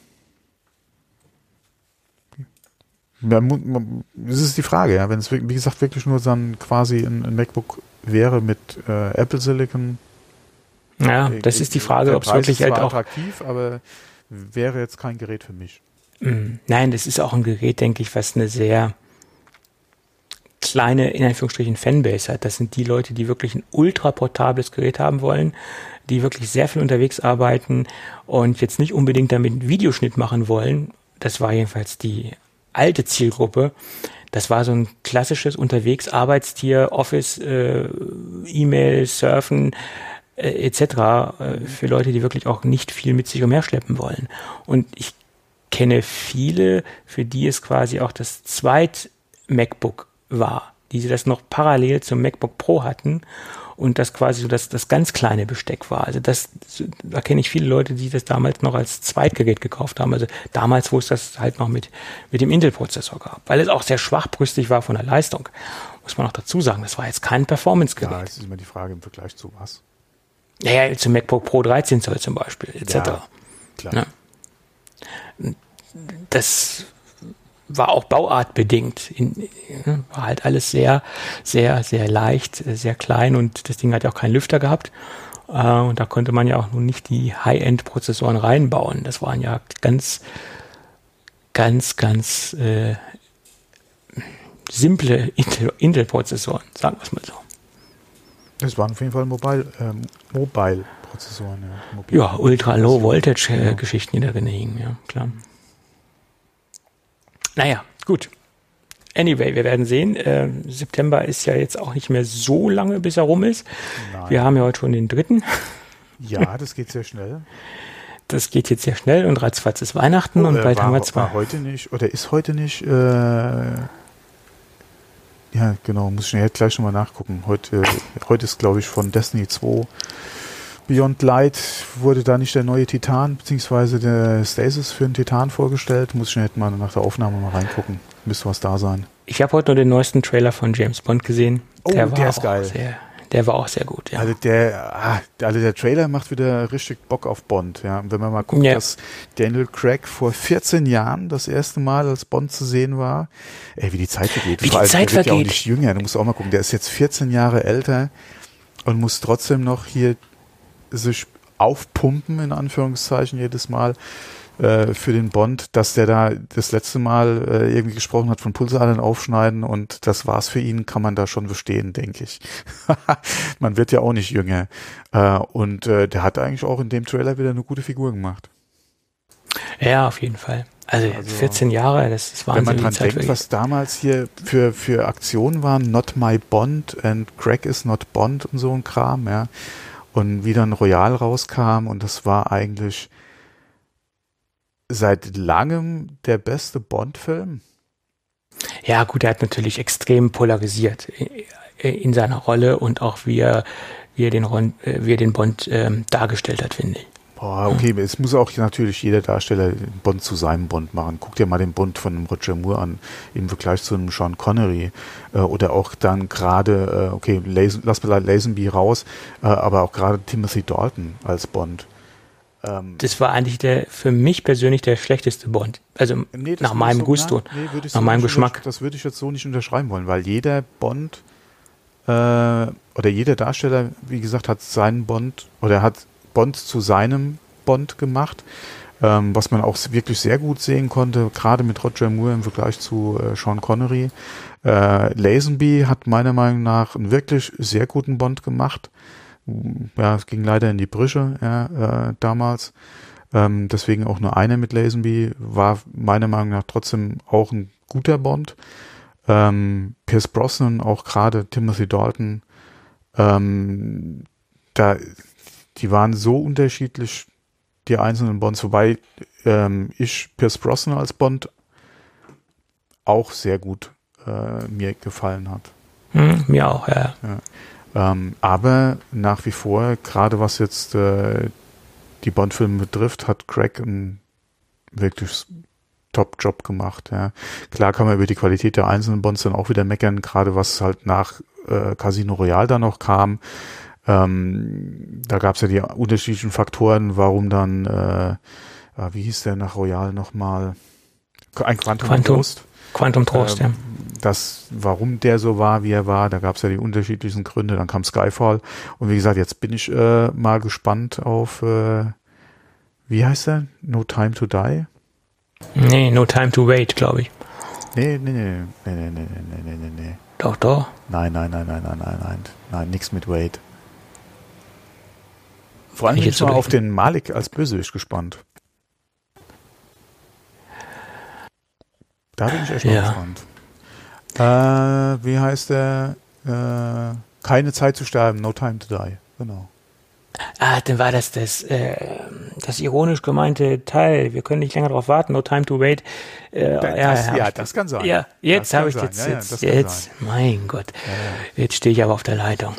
ja, das ist die Frage, ja, wenn es wie gesagt wirklich nur dann quasi ein, ein MacBook wäre mit äh, Apple Silicon. Ja, äh, das ist die Frage, ob es wirklich halt auch attraktiv, aber wäre jetzt kein Gerät für mich. Nein, das ist auch ein Gerät, denke ich, was eine sehr kleine, in Anführungsstrichen, Fanbase hat. Das sind die Leute, die wirklich ein ultra portables Gerät haben wollen, die wirklich sehr viel unterwegs arbeiten und jetzt nicht unbedingt damit Videoschnitt machen wollen. Das war jedenfalls die alte Zielgruppe. Das war so ein klassisches Unterwegs-Arbeitstier, Office, äh, E-Mail, Surfen, äh, et cetera äh, für Leute, die wirklich auch nicht viel mit sich umherschleppen wollen. Und ich kenne viele, für die es quasi auch das zweite MacBook war, die sie das noch parallel zum MacBook Pro hatten und das quasi so das, das ganz kleine Besteck war. Also das, da kenne ich viele Leute, die das damals noch als Zweitgerät gekauft haben. Also damals, wo es das halt noch mit, mit dem Intel-Prozessor gab, weil es auch sehr schwachbrüstig war von der Leistung. Muss man auch dazu sagen, das war jetzt kein Performance-Gerät. Ja, jetzt ist immer die Frage im Vergleich zu was? Naja, zum MacBook Pro dreizehn Zoll zum Beispiel, et cetera. Ja, klar. Ja. Das war auch bauartbedingt. In, war halt alles sehr, sehr, sehr leicht, sehr klein und das Ding hat ja auch keinen Lüfter gehabt. Äh, und da konnte man ja auch nun nicht die High-End-Prozessoren reinbauen. Das waren ja ganz, ganz, ganz äh, simple Intel, Intel-Prozessoren, sagen wir es mal so. Das waren auf jeden Fall Mobile, ähm, Mobile-Prozessoren. Ja, Mobile ja Ultra-Low-Voltage-Geschichten, die da drin hingen, ja, klar. Naja, gut. Anyway, wir werden sehen. Äh, September ist ja jetzt auch nicht mehr so lange, bis er rum ist. Nein. Wir haben ja heute schon den dritten. Ja, das geht sehr schnell. Das geht jetzt sehr schnell und ratzfatz ist Weihnachten oh, und bald war, haben wir zwei. War heute nicht, oder ist heute nicht, äh, ja, genau, muss ich schnell gleich nochmal nachgucken. Heute, heute ist, glaube ich, von Destiny zwei Beyond Light wurde da nicht der neue Titan, beziehungsweise der Stasis für den Titan vorgestellt. Muss ich schnell mal nach der Aufnahme mal reingucken. Müsste was da sein. Ich habe heute nur den neuesten Trailer von James Bond gesehen. Oh, der, der war ist geil. Sehr, der war auch sehr gut, ja. Also der, ah, also der Trailer macht wieder richtig Bock auf Bond, ja. Und wenn man mal guckt, ja. dass Daniel Craig vor vierzehn Jahren das erste Mal als Bond zu sehen war, ey, wie die Zeit vergeht. Wie Vor die allem, Zeit der wird vergeht. ja auch nicht jünger, du musst auch mal gucken, der ist jetzt vierzehn Jahre älter und muss trotzdem noch hier sich aufpumpen, in Anführungszeichen, jedes Mal äh, für den Bond, dass der da das letzte Mal äh, irgendwie gesprochen hat von Pulsadern aufschneiden und das war's für ihn, kann man da schon verstehen, denke ich. Man wird ja auch nicht jünger. Äh, und äh, der hat eigentlich auch in dem Trailer wieder eine gute Figur gemacht. Ja, auf jeden Fall. Also, also vierzehn Jahre, das ist Wahnsinn. Wenn man dran denkt, was damals hier für, für Aktionen waren, Not My Bond and Craig is not Bond und so ein Kram, ja. Und wie dann Royal rauskam und das war eigentlich seit langem der beste Bond-Film. Ja gut, er hat natürlich extrem polarisiert in seiner Rolle und auch wie er, wie er, den, wie er den Bond ähm, dargestellt hat, finde ich. Boah, okay, es muss auch natürlich jeder Darsteller den Bond zu seinem Bond machen. Guck dir mal den Bond von einem Roger Moore an, im Vergleich zu einem Sean Connery. Äh, oder auch dann gerade, äh, okay, Lazen, lass mal Lazenby raus, äh, aber auch gerade Timothy Dalton als Bond. Ähm, das war eigentlich der, für mich persönlich der schlechteste Bond. Also nee, nach meinem so, Gusto, na, nee, nach so meinem Geschmack. Das würde ich jetzt so nicht unterschreiben wollen, weil jeder Bond äh, oder jeder Darsteller, wie gesagt, hat seinen Bond oder hat Bond zu seinem Bond gemacht, ähm, was man auch wirklich sehr gut sehen konnte, gerade mit Roger Moore im Vergleich zu äh, Sean Connery. Äh, Lazenby hat meiner Meinung nach einen wirklich sehr guten Bond gemacht. Ja, es ging leider in die Brüche ja, äh, damals. Ähm, deswegen auch nur einer mit Lazenby. War meiner Meinung nach trotzdem auch ein guter Bond. Ähm, Pierce Brosnan, auch gerade Timothy Dalton. Ähm, da Die waren so unterschiedlich, die einzelnen Bonds, wobei ähm, ich Pierce Brosnan als Bond auch sehr gut äh, mir gefallen hat. Hm, mir auch, ja. ja. Ähm, aber nach wie vor, gerade was jetzt äh, die Bond-Filme betrifft, hat Craig einen wirklich Top-Job gemacht. Ja. Klar kann man über die Qualität der einzelnen Bonds dann auch wieder meckern, gerade was halt nach äh, Casino Royale da noch kam. Ähm, da gab es ja die unterschiedlichen Faktoren, warum dann, äh, wie hieß der nach Royal nochmal? Ein Quantum, Quantum Trost. Quantum Trost, ähm, ja. Das, warum der so war, wie er war, da gab es ja die unterschiedlichsten Gründe. Dann kam Skyfall. Und wie gesagt, jetzt bin ich äh, mal gespannt auf, äh, wie heißt der? No Time to Die? Nee, No Time to Wait, glaube ich. Nee, nee, nee, nee, nee, nee, nee, nee, nee, nee. Doch, doch. Nein, nein, nein, nein, nein, nein, nein, nein, nix mit Wait. Vor allem bin ich mal auf den Malik als Bösewicht gespannt. Da bin ich echt ja. mal gespannt. Äh, wie heißt der? Äh, keine Zeit zu sterben, No Time to Die. Genau. Ah, dann war das das, äh, das ironisch gemeinte Teil. Wir können nicht länger darauf warten. No Time to Wait. Äh, das, ja, das, ja, ich, das kann sein. Ja, jetzt habe ich sein. jetzt, Ja, ja, jetzt, jetzt mein Gott. Ja, ja. Jetzt stehe ich aber auf der Leitung.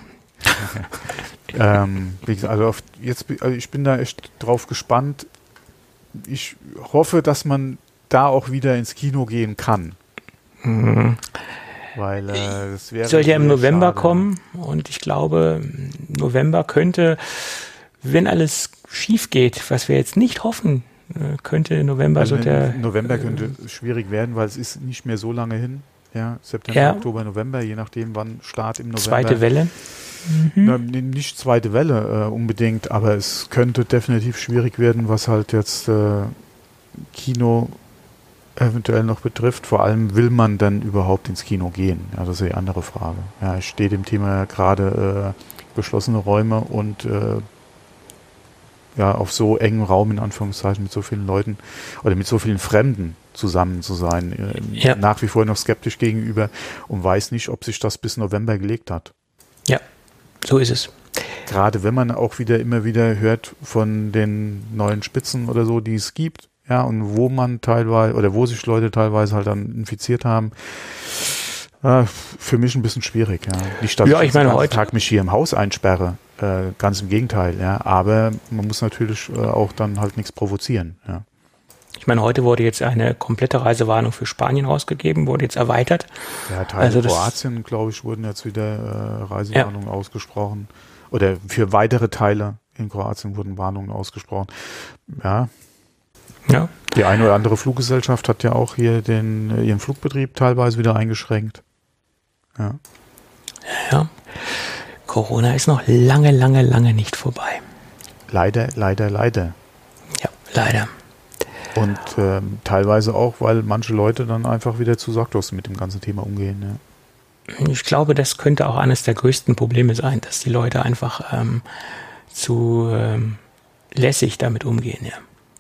ähm, wie gesagt, also auf, jetzt, also ich bin da echt drauf gespannt. Ich hoffe, dass man da auch wieder ins Kino gehen kann. Mhm. Weil äh, das wäre soll ja im November schade. kommen und ich glaube, November könnte, wenn alles schief geht, was wir jetzt nicht hoffen, könnte November also so der... November könnte äh, schwierig werden, weil es ist nicht mehr so lange hin. Ja, September, ja. Oktober, November, je nachdem, wann Start im November. Zweite Welle? Mhm. Na, nicht zweite Welle äh, unbedingt, aber es könnte definitiv schwierig werden, was halt jetzt äh, Kino eventuell noch betrifft. Vor allem, will man dann überhaupt ins Kino gehen? Ja, das ist die andere Frage. Ja, ich stehe dem Thema gerade äh, geschlossene Räume und äh, ja, auf so engem Raum, in Anführungszeichen, mit so vielen Leuten oder mit so vielen Fremden zusammen zu sein, äh, ja. nach wie vor noch skeptisch gegenüber und weiß nicht, ob sich das bis November gelegt hat. Ja, so ist es. gerade wenn man auch wieder immer wieder hört von den neuen Spitzen oder so, die es gibt, ja, und wo man teilweise, oder wo sich Leute teilweise halt dann infiziert haben, äh, für mich ein bisschen schwierig, ja. Nicht, dass ja, ich ich meine, den ganzen heute Tag mich hier im Haus einsperre, äh, ganz im Gegenteil, ja, aber man muss natürlich äh, auch dann halt nichts provozieren, ja. Ich meine, heute wurde jetzt eine komplette Reisewarnung für Spanien rausgegeben, wurde jetzt erweitert. Ja, Teile Also Kroatien, glaube ich, wurden jetzt wieder äh, Reisewarnungen ja. ausgesprochen. Oder für weitere Teile in Kroatien wurden Warnungen ausgesprochen. Ja. Ja. Die eine oder andere Fluggesellschaft hat ja auch hier den äh, ihren Flugbetrieb teilweise wieder eingeschränkt. Ja. Ja. Corona ist noch lange, lange, lange nicht vorbei. Leider, leider, leider. Ja, leider. Und ähm, teilweise auch, weil manche Leute dann einfach wieder zu sorglos mit dem ganzen Thema umgehen. Ja. Ich glaube, das könnte auch eines der größten Probleme sein, dass die Leute einfach ähm, zu ähm, lässig damit umgehen. Ja,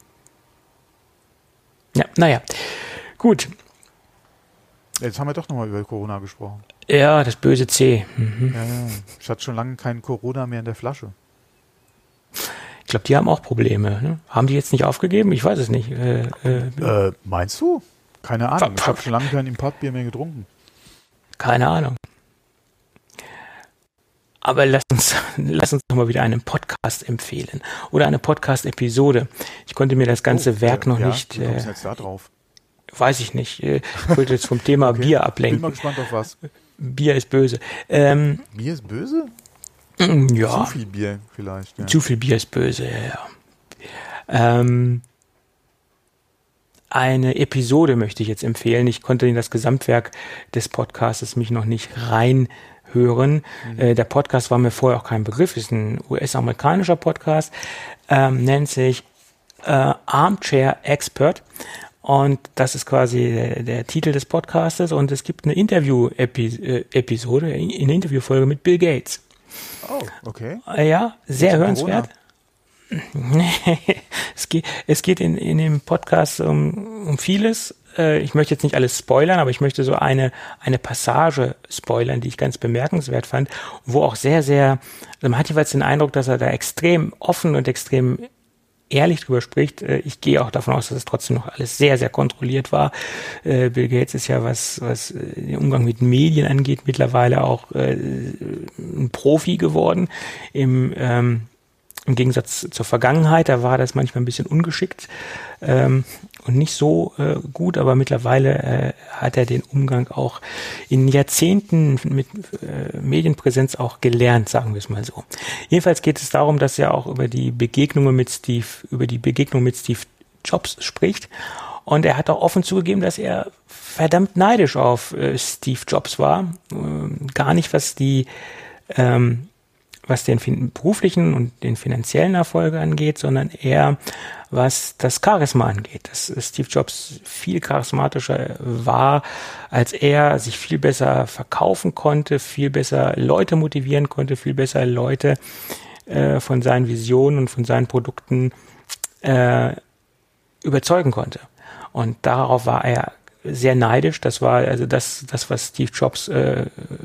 ja, naja, gut. Jetzt haben wir doch nochmal über Corona gesprochen. Ja, das böse C. Mhm. Ja, ja. Ich hatte schon lange kein Corona mehr in der Flasche. Ich glaube, die haben auch Probleme. Ne? Haben die jetzt nicht aufgegeben? Ich weiß es nicht. Äh, äh, äh, meinst du? Keine Ahnung. Ich habe schon lange kein Importbier mehr getrunken. Keine Ahnung. Aber lass uns, lass uns noch mal wieder einen Podcast empfehlen. Oder eine Podcast-Episode. Ich konnte mir das ganze oh, Werk noch ja, nicht... Wie kommst du äh, jetzt da drauf? Weiß ich nicht. Ich wollte jetzt vom Thema Okay. Bier ablenken. Bin mal gespannt auf was. Bier ist böse. Ähm, Bier ist böse? ja. Zu viel Bier vielleicht. Ja. Zu viel Bier ist böse, ja, ja. Ähm, eine Episode möchte ich jetzt empfehlen. Ich konnte in das Gesamtwerk des Podcasts mich noch nicht reinhören. Mhm. Äh, der Podcast war mir vorher auch kein Begriff. Ist ein U S-amerikanischer Podcast. Ähm, nennt sich äh, Armchair Expert. Und das ist quasi der, der Titel des Podcastes. Und es gibt eine Interview-Episode, eine Interviewfolge mit Bill Gates. Oh, okay. Ja, sehr hörenswert. es geht, es geht in, in dem Podcast um, um vieles. Ich möchte jetzt nicht alles spoilern, aber ich möchte so eine, eine Passage spoilern, die ich ganz bemerkenswert fand, wo auch sehr, sehr, also man hat jeweils den Eindruck, dass er da extrem offen und extrem ehrlich drüber spricht. Ich gehe auch davon aus, dass es trotzdem noch alles sehr, sehr kontrolliert war. Bill Gates ist ja, was, was den Umgang mit Medien angeht, mittlerweile auch äh, ein Profi geworden. Im, ähm, im Gegensatz zur Vergangenheit, da war das manchmal ein bisschen ungeschickt ähm, und nicht so äh, gut, aber mittlerweile äh, hat er den Umgang auch in Jahrzehnten mit äh, Medienpräsenz auch gelernt, sagen wir es mal so. Jedenfalls geht es darum, dass er auch über die Begegnungen mit Steve, über die Begegnung mit Steve Jobs spricht. Und er hat auch offen zugegeben, dass er verdammt neidisch auf äh, Steve Jobs war. Ähm, gar nicht, was die ähm, was den fin- beruflichen und den finanziellen Erfolg angeht, sondern eher was das Charisma angeht. Dass Steve Jobs viel charismatischer war als er, sich viel besser verkaufen konnte, viel besser Leute motivieren konnte, viel besser Leute äh, von seinen Visionen und von seinen Produkten äh, überzeugen konnte. Und darauf war er sehr neidisch. Das war also das, das was Steve Jobs äh,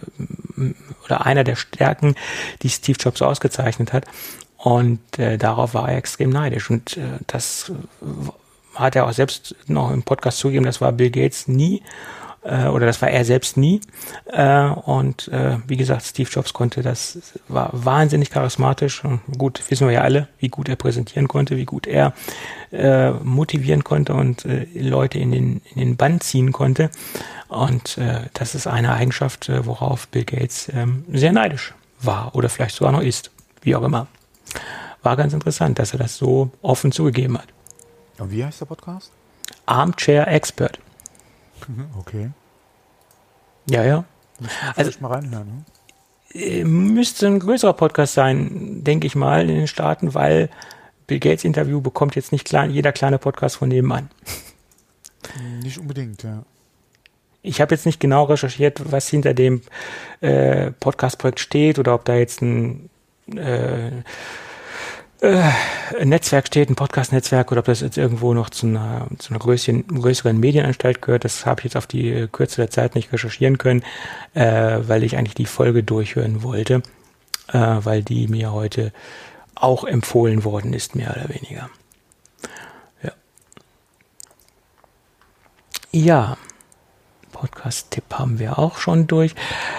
oder einer der Stärken, die Steve Jobs ausgezeichnet hat. Und äh, darauf war er extrem neidisch. Und äh, das äh, hat er auch selbst noch im Podcast zugegeben, das war Bill Gates nie. Äh, oder das war er selbst nie. Äh, und äh, wie gesagt, Steve Jobs konnte das, war wahnsinnig charismatisch. Und gut, wissen wir ja alle, wie gut er präsentieren konnte, wie gut er äh, motivieren konnte und äh, Leute in den, in den Bann ziehen konnte. Und äh, das ist eine Eigenschaft, äh, worauf Bill Gates ähm, sehr neidisch war oder vielleicht sogar noch ist, wie auch immer. War ganz interessant, dass er das so offen zugegeben hat. Und wie heißt der Podcast? Armchair Expert. Okay. Ja, ja. Also mal reinhören, ne? Müsste ein größerer Podcast sein, denke ich mal, in den Staaten, weil Bill Gates Interview bekommt jetzt nicht klein, jeder kleine Podcast von nebenan. Nicht unbedingt, ja. Ich habe jetzt nicht genau recherchiert, was hinter dem äh, Podcast-Projekt steht oder ob da jetzt ein, äh, äh, ein Netzwerk steht, ein Podcast-Netzwerk oder ob das jetzt irgendwo noch zu einer, zu einer größeren, größeren Medienanstalt gehört. Das habe ich jetzt auf die Kürze der Zeit nicht recherchieren können, äh, weil ich eigentlich die Folge durchhören wollte. äh, weil die mir heute auch empfohlen worden ist, mehr oder weniger. Ja. Ja, Podcast-Tipp haben wir auch schon durch.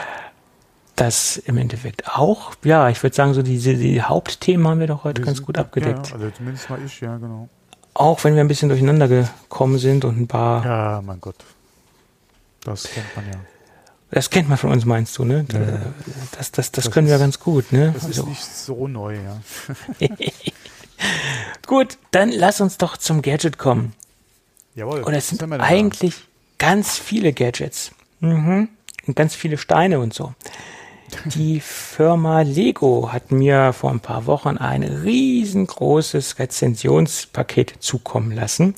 Das im Endeffekt auch. Ja, ich würde sagen, so diese die Hauptthemen haben wir doch heute wir ganz sind, gut abgedeckt. Ja, also zumindest mal ich, ja, genau. Auch wenn wir ein bisschen durcheinander gekommen sind und ein paar... Ja, mein Gott. Das kennt man ja. Das kennt man von uns, meinst du, ne? Ja. Das, das, das, das können ist, wir ganz gut, ne? Das ist so. Nicht so neu, ja. Gut, dann lass uns doch zum Gadget kommen. Jawohl. Oder es sind eigentlich da? ganz viele Gadgets. Mhm. Und ganz viele Steine und so. Die Firma Lego hat mir vor ein paar Wochen ein riesengroßes Rezensionspaket zukommen lassen.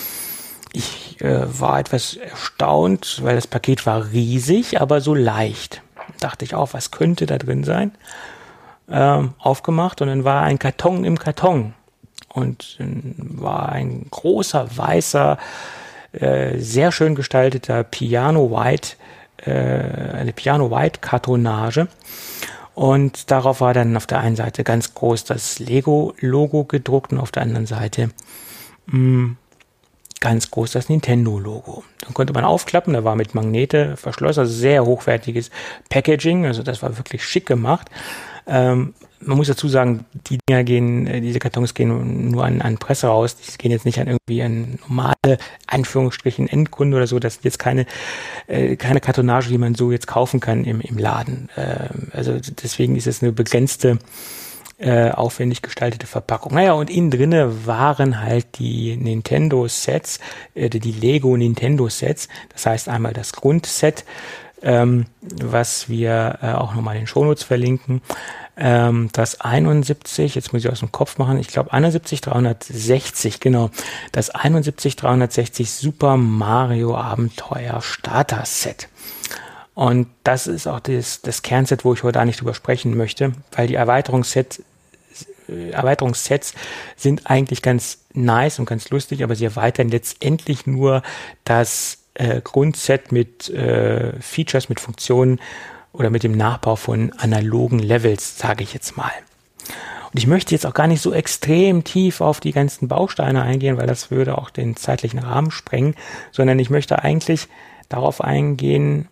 Ich äh, war etwas erstaunt, weil das Paket war riesig, aber so leicht. Dachte ich auch, was könnte da drin sein? Ähm, aufgemacht und dann war ein Karton im Karton. Und dann war ein großer, weißer, äh, sehr schön gestalteter Piano White, äh, eine Piano White Kartonage. Und darauf war dann auf der einen Seite ganz groß das Lego-Logo gedruckt und auf der anderen Seite mh, ganz groß das Nintendo-Logo. Dann konnte man aufklappen, da war mit Magnete verschlossen, also sehr hochwertiges Packaging, also das war wirklich schick gemacht. Ähm, man muss dazu sagen, die Dinger gehen, diese Kartons gehen nur an, an Presse raus, die gehen jetzt nicht an irgendwie an normale, Anführungsstrichen, Endkunde oder so, das ist jetzt keine, äh, keine Kartonage, die man so jetzt kaufen kann im, im Laden. Ähm, also deswegen ist es eine begrenzte, Äh, aufwendig gestaltete Verpackung. Naja, und innen drinne waren halt die Nintendo-Sets, äh, die Lego-Nintendo-Sets. Das heißt einmal das Grundset, ähm, was wir äh, auch nochmal in den Shownotes verlinken. Ähm, das einundsiebzig, jetzt muss ich aus dem Kopf machen, ich glaube einundsiebzig dreihundertsechzig, genau. Das einundsiebzig dreihundertsechzig Super Mario Abenteuer Starter Set. Und das ist auch das, das Kernset, wo ich heute eigentlich drüber sprechen möchte, weil die Erweiterungssets, Erweiterungssets sind eigentlich ganz nice und ganz lustig, aber sie erweitern letztendlich nur das äh, Grundset mit äh, Features, mit Funktionen oder mit dem Nachbau von analogen Levels, sage ich jetzt mal. Und ich möchte jetzt auch gar nicht so extrem tief auf die ganzen Bausteine eingehen, weil das würde auch den zeitlichen Rahmen sprengen, sondern ich möchte eigentlich darauf eingehen,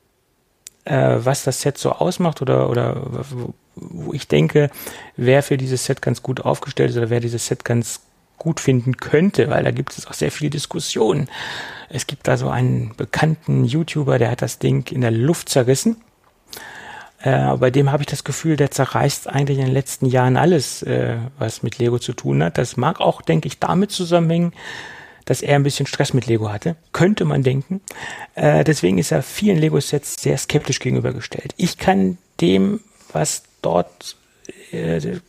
was das Set so ausmacht oder, oder wo ich denke, wer für dieses Set ganz gut aufgestellt ist oder wer dieses Set ganz gut finden könnte, weil da gibt es auch sehr viele Diskussionen. Es gibt da so einen bekannten YouTuber, der hat das Ding in der Luft zerrissen. Äh, bei dem habe ich das Gefühl, der zerreißt eigentlich in den letzten Jahren alles, äh, was mit Lego zu tun hat. Das mag auch, denke ich, damit zusammenhängen, dass er ein bisschen Stress mit Lego hatte. Könnte man denken. Äh, deswegen ist er vielen Lego-Sets sehr skeptisch gegenübergestellt. Ich kann dem, was dort äh,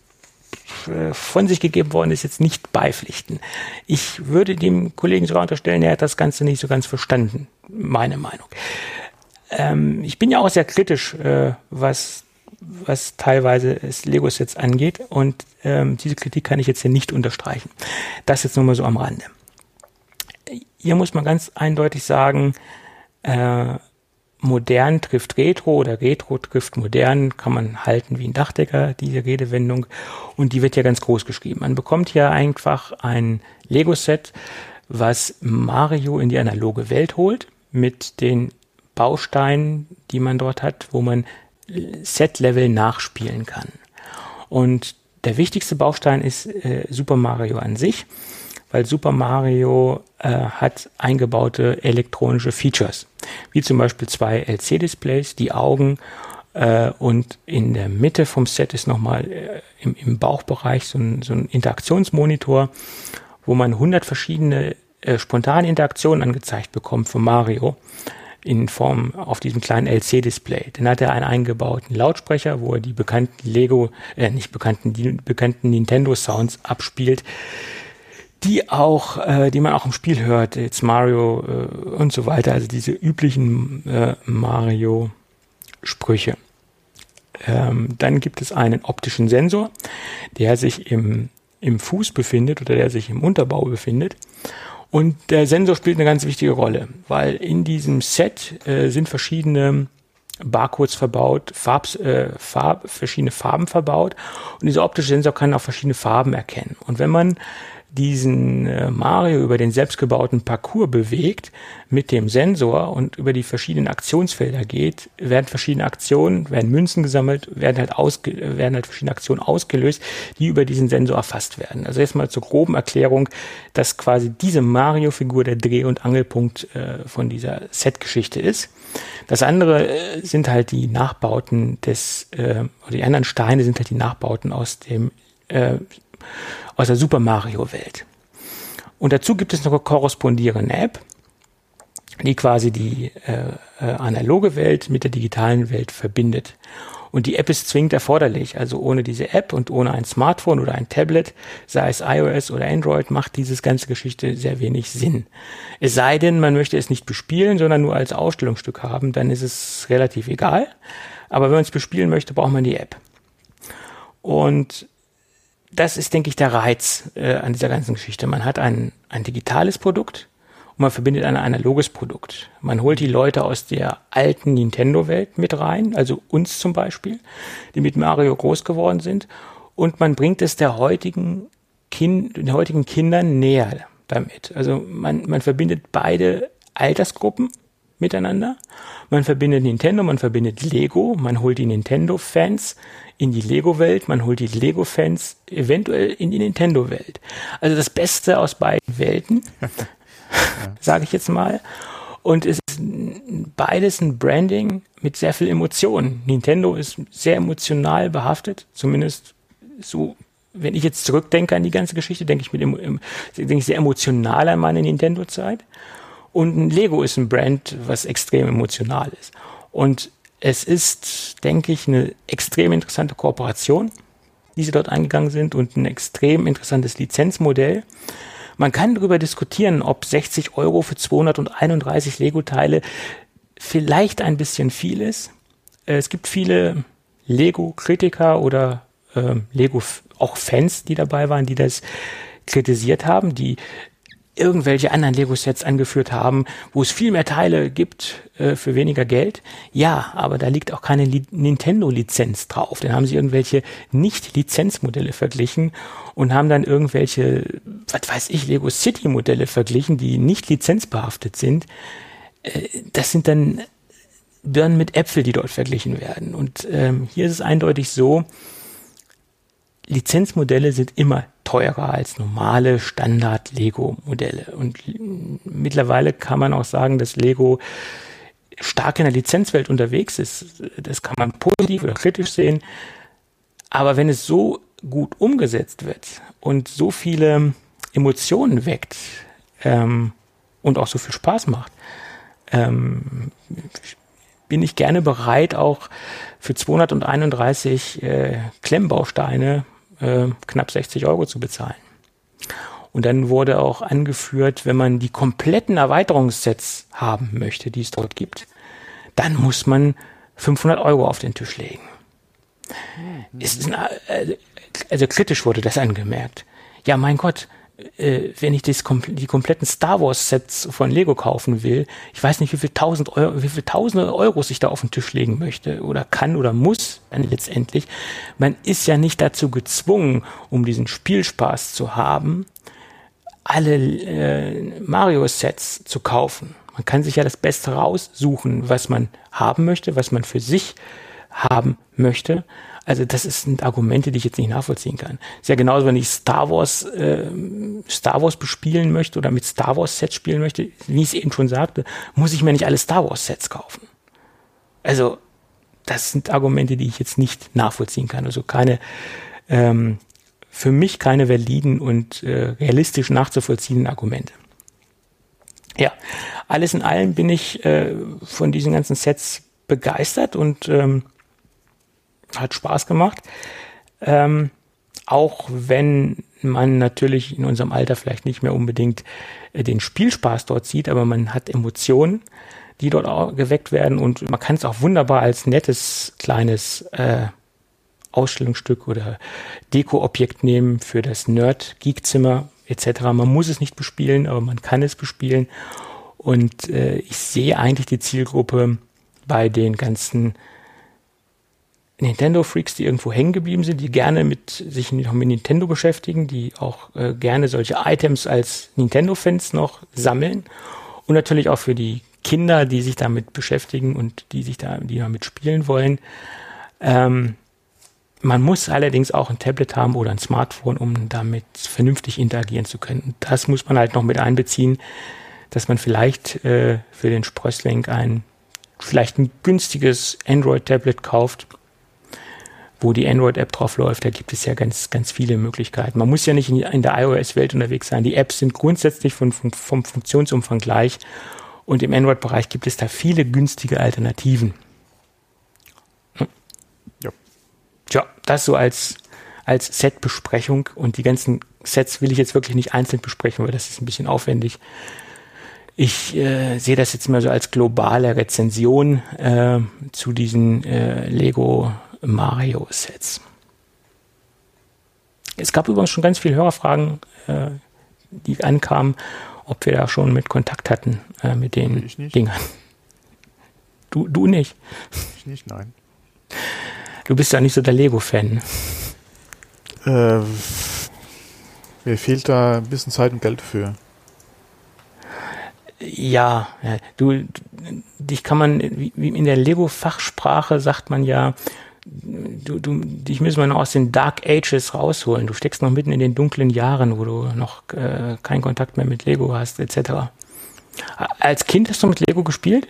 von sich gegeben worden ist, jetzt nicht beipflichten. Ich würde dem Kollegen sogar unterstellen, er hat das Ganze nicht so ganz verstanden. Meine Meinung. Ähm, ich bin ja auch sehr kritisch, äh, was was teilweise Lego-Sets angeht. Und ähm, diese Kritik kann ich jetzt hier nicht unterstreichen. Das jetzt nur mal so am Rande. Hier muss man ganz eindeutig sagen, äh, modern trifft Retro oder Retro trifft modern, kann man halten wie ein Dachdecker, diese Redewendung. Und die wird ja ganz groß geschrieben. Man bekommt hier einfach ein Lego-Set, was Mario in die analoge Welt holt, mit den Bausteinen, die man dort hat, wo man Set-Level nachspielen kann. Und der wichtigste Baustein ist äh, Super Mario an sich, weil Super Mario äh, hat eingebaute elektronische Features, wie zum Beispiel zwei L C D-Displays, die Augen äh, und in der Mitte vom Set ist nochmal äh, im, im Bauchbereich so ein, so ein Interaktionsmonitor, wo man hundert verschiedene äh, spontane Interaktionen angezeigt bekommt für Mario in Form auf diesem kleinen L C-Display. Dann hat er einen eingebauten Lautsprecher, wo er die bekannten Lego, äh, nicht bekannten, die bekannten Nintendo-Sounds abspielt, die auch, äh, die man auch im Spiel hört, jetzt Mario äh, und so weiter, also diese üblichen äh, Mario-Sprüche. Ähm, dann gibt es einen optischen Sensor, der sich im, im Fuß befindet oder der sich im Unterbau befindet. Und der Sensor spielt eine ganz wichtige Rolle, weil in diesem Set äh, sind verschiedene Barcodes verbaut, Farb, äh, Farb, verschiedene Farben verbaut und dieser optische Sensor kann auch verschiedene Farben erkennen. Und wenn man diesen äh, Mario über den selbstgebauten Parcours bewegt mit dem Sensor und über die verschiedenen Aktionsfelder geht, werden verschiedene Aktionen, werden Münzen gesammelt, werden halt, ausge- werden halt verschiedene Aktionen ausgelöst, die über diesen Sensor erfasst werden. Also erstmal zur groben Erklärung, dass quasi diese Mario-Figur der Dreh- und Angelpunkt äh, von dieser Set-Geschichte ist. Das andere äh, sind halt die Nachbauten des, äh, oder die anderen Steine sind halt die Nachbauten aus dem äh, aus der Super Mario Welt. Und dazu gibt es noch eine korrespondierende App, die quasi die äh, äh, analoge Welt mit der digitalen Welt verbindet. Und die App ist zwingend erforderlich. Also ohne diese App und ohne ein Smartphone oder ein Tablet, sei es iOS oder Android, macht diese ganze Geschichte sehr wenig Sinn. Es sei denn, man möchte es nicht bespielen, sondern nur als Ausstellungsstück haben, dann ist es relativ egal. Aber wenn man es bespielen möchte, braucht man die App. Und das ist, denke ich, der Reiz äh, an dieser ganzen Geschichte. Man hat ein, ein digitales Produkt und man verbindet ein analoges Produkt. Man holt die Leute aus der alten Nintendo-Welt mit rein, also uns zum Beispiel, die mit Mario groß geworden sind, und man bringt es der heutigen kind, den heutigen Kindern näher damit. Also man, man verbindet beide Altersgruppen miteinander. Man verbindet Nintendo, man verbindet Lego, man holt die Nintendo-Fans in die Lego-Welt, man holt die Lego-Fans eventuell in die Nintendo-Welt. Also das Beste aus beiden Welten, ja. Sage ich jetzt mal. Und es ist beides ein Branding mit sehr viel Emotionen. Nintendo ist sehr emotional behaftet, zumindest so, wenn ich jetzt zurückdenke an die ganze Geschichte, denke ich, mit, denke ich sehr emotional an meine Nintendo-Zeit. Und ein Lego ist ein Brand, was extrem emotional ist. Und es ist, denke ich, eine extrem interessante Kooperation, die sie dort eingegangen sind und ein extrem interessantes Lizenzmodell. Man kann darüber diskutieren, ob sechzig Euro für zweihunderteinunddreißig Lego-Teile vielleicht ein bisschen viel ist. Es gibt viele Lego-Kritiker oder äh, Lego auch Fans, die dabei waren, die das kritisiert haben, die irgendwelche anderen Lego-Sets angeführt haben, wo es viel mehr Teile gibt äh, für weniger Geld. Ja, aber da liegt auch keine Li- Nintendo-Lizenz drauf. Dann haben sie irgendwelche Nicht-Lizenzmodelle verglichen und haben dann irgendwelche, was weiß ich, Lego City-Modelle verglichen, die nicht lizenzbehaftet sind. Äh, das sind dann Birnen mit Äpfel, die dort verglichen werden. Und ähm, hier ist es eindeutig so, Lizenzmodelle sind immer teurer als normale Standard-Lego-Modelle. Und mittlerweile kann man auch sagen, dass Lego stark in der Lizenzwelt unterwegs ist. Das kann man positiv oder kritisch sehen. Aber wenn es so gut umgesetzt wird und so viele Emotionen weckt ähm, und auch so viel Spaß macht, ähm, bin ich gerne bereit, auch für zweihunderteinunddreißig äh, Klemmbausteine äh, knapp sechzig Euro zu bezahlen. Und dann wurde auch angeführt, wenn man die kompletten Erweiterungssets haben möchte, die es dort gibt, dann muss man fünfhundert Euro auf den Tisch legen. Mhm. Es ist eine, also kritisch wurde das angemerkt. Ja, mein Gott, äh, wenn ich das, die kompletten Star Wars Sets von Lego kaufen will, ich weiß nicht, wie viel tausend Euro, wie viel tausende Euros ich da auf den Tisch legen möchte oder kann oder muss dann letztendlich. Man ist ja nicht dazu gezwungen, um diesen Spielspaß zu haben, alle äh, Mario Sets zu kaufen. Man kann sich ja das Beste raussuchen, was man haben möchte, was man für sich haben möchte. Also das sind Argumente, die ich jetzt nicht nachvollziehen kann. Ist ja genauso, wenn ich Star Wars äh, Star Wars bespielen möchte oder mit Star Wars Sets spielen möchte, wie ich es eben schon sagte, muss ich mir nicht alle Star Wars Sets kaufen. Also das sind Argumente, die ich jetzt nicht nachvollziehen kann. Also keine, ähm, für mich keine validen und äh, realistisch nachzuvollziehenden Argumente. Ja, alles in allem bin ich äh, von diesen ganzen Sets begeistert und ähm, hat Spaß gemacht. Ähm, auch wenn man natürlich in unserem Alter vielleicht nicht mehr unbedingt äh, den Spielspaß dort sieht, aber man hat Emotionen, die dort auch geweckt werden und man kann es auch wunderbar als nettes kleines äh, Ausstellungsstück oder Deko-Objekt nehmen für das Nerd-Geek-Zimmer et cetera. Man muss es nicht bespielen, aber man kann es bespielen und äh, ich sehe eigentlich die Zielgruppe bei den ganzen Nintendo-Freaks, die irgendwo hängen geblieben sind, die gerne mit sich noch mit Nintendo beschäftigen, die auch äh, gerne solche Items als Nintendo-Fans noch sammeln und natürlich auch für die Kinder, die sich damit beschäftigen und die sich da, die damit spielen wollen. Ähm, man muss allerdings auch ein Tablet haben oder ein Smartphone, um damit vernünftig interagieren zu können. Und das muss man halt noch mit einbeziehen, dass man vielleicht äh, für den Sprössling ein vielleicht ein günstiges Android-Tablet kauft, wo die Android-App drauf läuft. Da gibt es ja ganz, ganz viele Möglichkeiten. Man muss ja nicht in, in der iOS-Welt unterwegs sein. Die Apps sind grundsätzlich von, von, vom Funktionsumfang gleich. Und im Android-Bereich gibt es da viele günstige Alternativen. Hm. Ja. Tja, das so als, als Set-Besprechung. Und die ganzen Sets will ich jetzt wirklich nicht einzeln besprechen, weil das ist ein bisschen aufwendig. Ich äh, sehe das jetzt mal so als globale Rezension äh, zu diesen äh, Lego Mario-Sets. Es gab übrigens schon ganz viele Hörerfragen, äh, die ankamen, ob wir da schon mit Kontakt hatten äh, mit den ich nicht. Dingern. Du, du nicht? Ich nicht, nein. Du bist ja nicht so der Lego-Fan. Äh, mir fehlt da ein bisschen Zeit und Geld für. Ja, ja du, dich kann man, wie in der Lego-Fachsprache sagt man ja, Du, du, dich müssen wir noch aus den Dark Ages rausholen. Du steckst noch mitten in den dunklen Jahren, wo du noch äh, keinen Kontakt mehr mit Lego hast, et cetera. Als Kind hast du mit Lego gespielt?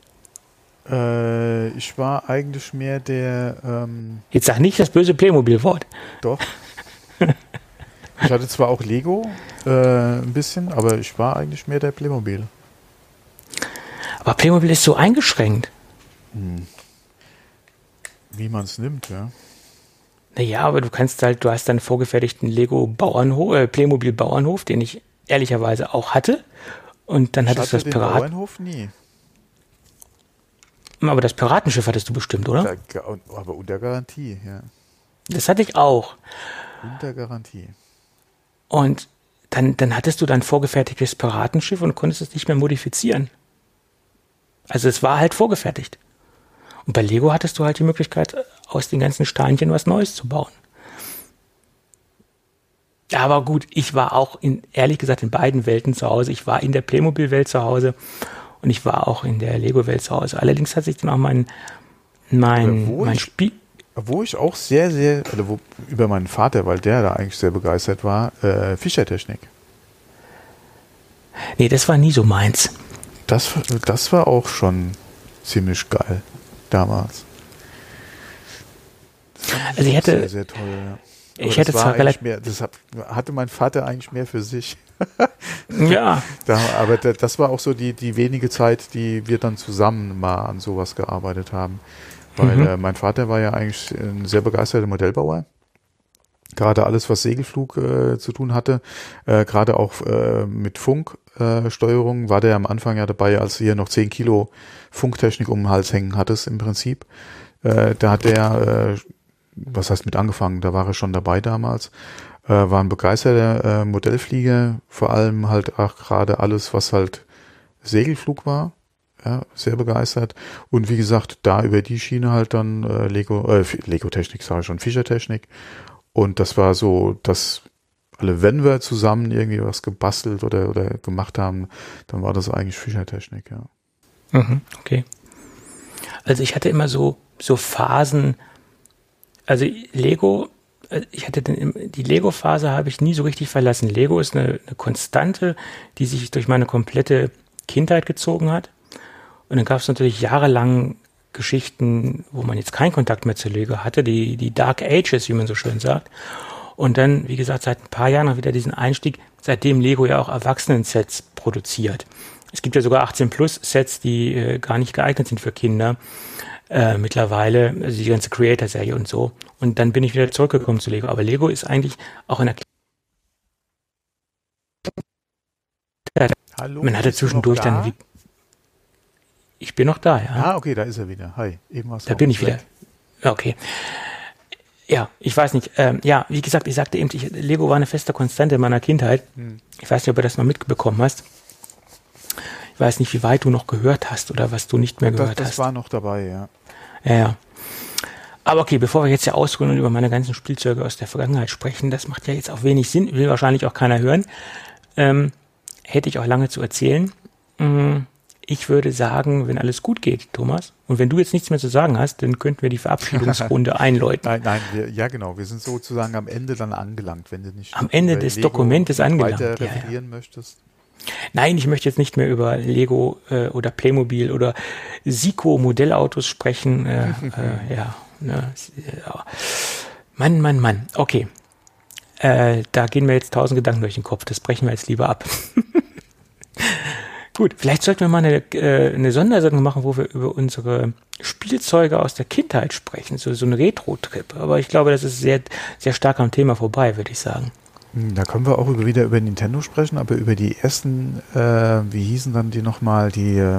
Äh, ich war eigentlich mehr der... Ähm, Jetzt sag nicht das böse Playmobil-Wort. Doch. Ich hatte zwar auch Lego, äh, ein bisschen, aber ich war eigentlich mehr der Playmobil. Aber Playmobil ist so eingeschränkt. Hm. Wie man es nimmt, ja. Naja, aber du kannst halt, du hast einen vorgefertigten Lego-Bauernhof, äh, Playmobil-Bauernhof, den ich ehrlicherweise auch hatte. Und dann ich hattest du das den Pirat. Bauernhof nie. Aber das Piratenschiff hattest du bestimmt, oder? Da, aber unter Garantie, ja. Das hatte ich auch. Unter Garantie. Und dann, dann hattest du dein vorgefertigtes Piratenschiff und konntest es nicht mehr modifizieren. Also es war halt vorgefertigt. Und bei Lego hattest du halt die Möglichkeit, aus den ganzen Steinchen was Neues zu bauen. Aber gut, ich war auch, in, ehrlich gesagt, in beiden Welten zu Hause. Ich war in der Playmobil-Welt zu Hause und ich war auch in der Lego-Welt zu Hause. Allerdings hat sich dann auch mein, mein, mein ich, Spiel... Wo ich auch sehr, sehr, also wo, über meinen Vater, weil der da eigentlich sehr begeistert war, äh, Fischertechnik. Nee, das war nie so meins. Das, das war auch schon ziemlich geil. Damals. Also ich hätte, sehr, sehr toll, ja. ich hätte zwar relativ mehr, das hat, hatte mein Vater eigentlich mehr für sich. Ja. Da, aber da, das war auch so die, die wenige Zeit, die wir dann zusammen mal an sowas gearbeitet haben. Weil mhm. äh, mein Vater war ja eigentlich ein sehr begeisterter Modellbauer. Gerade alles, was Segelflug äh, zu tun hatte, äh, gerade auch äh, mit Funksteuerung, äh, war der am Anfang ja dabei, als du hier noch zehn Kilo Funktechnik um den Hals hängen hattest im Prinzip. Äh, da hat der, äh, was heißt mit angefangen, da war er schon dabei damals, äh, war ein begeisterter äh, Modellflieger, vor allem halt auch gerade alles, was halt Segelflug war. Ja, sehr begeistert. Und wie gesagt, da über die Schiene halt dann äh, Lego, äh, Lego-Technik, sage ich schon, Fischertechnik. Und das war so, dass alle, wenn wir zusammen irgendwie was gebastelt oder, oder gemacht haben, dann war das eigentlich Fischertechnik, ja. Mhm, okay. Also ich hatte immer so, so Phasen, also Lego, ich hatte den, die Lego-Phase habe ich nie so richtig verlassen. Lego ist eine, eine Konstante, die sich durch meine komplette Kindheit gezogen hat. Und dann gab es natürlich jahrelang Geschichten, wo man jetzt keinen Kontakt mehr zu Lego hatte, die, die Dark Ages, wie man so schön sagt. Und dann, wie gesagt, seit ein paar Jahren noch wieder diesen Einstieg, seitdem Lego ja auch Erwachsenen-Sets produziert. Es gibt ja sogar achtzehn Plus Sets, die äh, gar nicht geeignet sind für Kinder äh, mittlerweile, also die ganze Creator-Serie und so. Und dann bin ich wieder zurückgekommen zu Lego. Aber Lego ist eigentlich auch in der Hallo, man hatte zwischendurch da? dann... Wie, ich bin noch da, ja. Ah, okay, da ist er wieder. Hi, eben warst du Da bin ich wieder. Okay. Ja, ich weiß nicht. Ähm, ja, wie gesagt, ich sagte eben, ich, Lego war eine feste Konstante in meiner Kindheit. Hm. Ich weiß nicht, ob du das noch mitbekommen hast. Ich weiß nicht, wie weit du noch gehört hast oder was du nicht mehr das, gehört das hast. Das war noch dabei, ja. Ja, ja. Aber okay, bevor wir jetzt ja ausholen und über meine ganzen Spielzeuge aus der Vergangenheit sprechen, das macht ja jetzt auch wenig Sinn, will wahrscheinlich auch keiner hören. Ähm, hätte ich auch lange zu erzählen. Ähm, ich würde sagen, wenn alles gut geht, Thomas, und wenn du jetzt nichts mehr zu sagen hast, dann könnten wir die Verabschiedungsrunde einläuten. Nein, nein, wir, ja genau, wir sind sozusagen am Ende dann angelangt, wenn du nicht am Ende des Lego Dokumentes angelangt. weiter referieren ja, ja. möchtest. Nein, ich möchte jetzt nicht mehr über Lego äh, oder Playmobil oder Sico Modellautos sprechen. Äh, äh, ja, ne, ja. Mann, Mann, Mann. Okay. Äh, da gehen mir jetzt tausend Gedanken durch den Kopf. Das brechen wir jetzt lieber ab. Gut, vielleicht sollten wir mal eine, äh, eine Sondersendung machen, wo wir über unsere Spielzeuge aus der Kindheit sprechen. So, so ein Retro-Trip. Aber ich glaube, das ist sehr, sehr stark am Thema vorbei, würde ich sagen. Da können wir auch über, wieder über Nintendo sprechen, aber über die ersten, äh, wie hießen dann die nochmal, die, äh,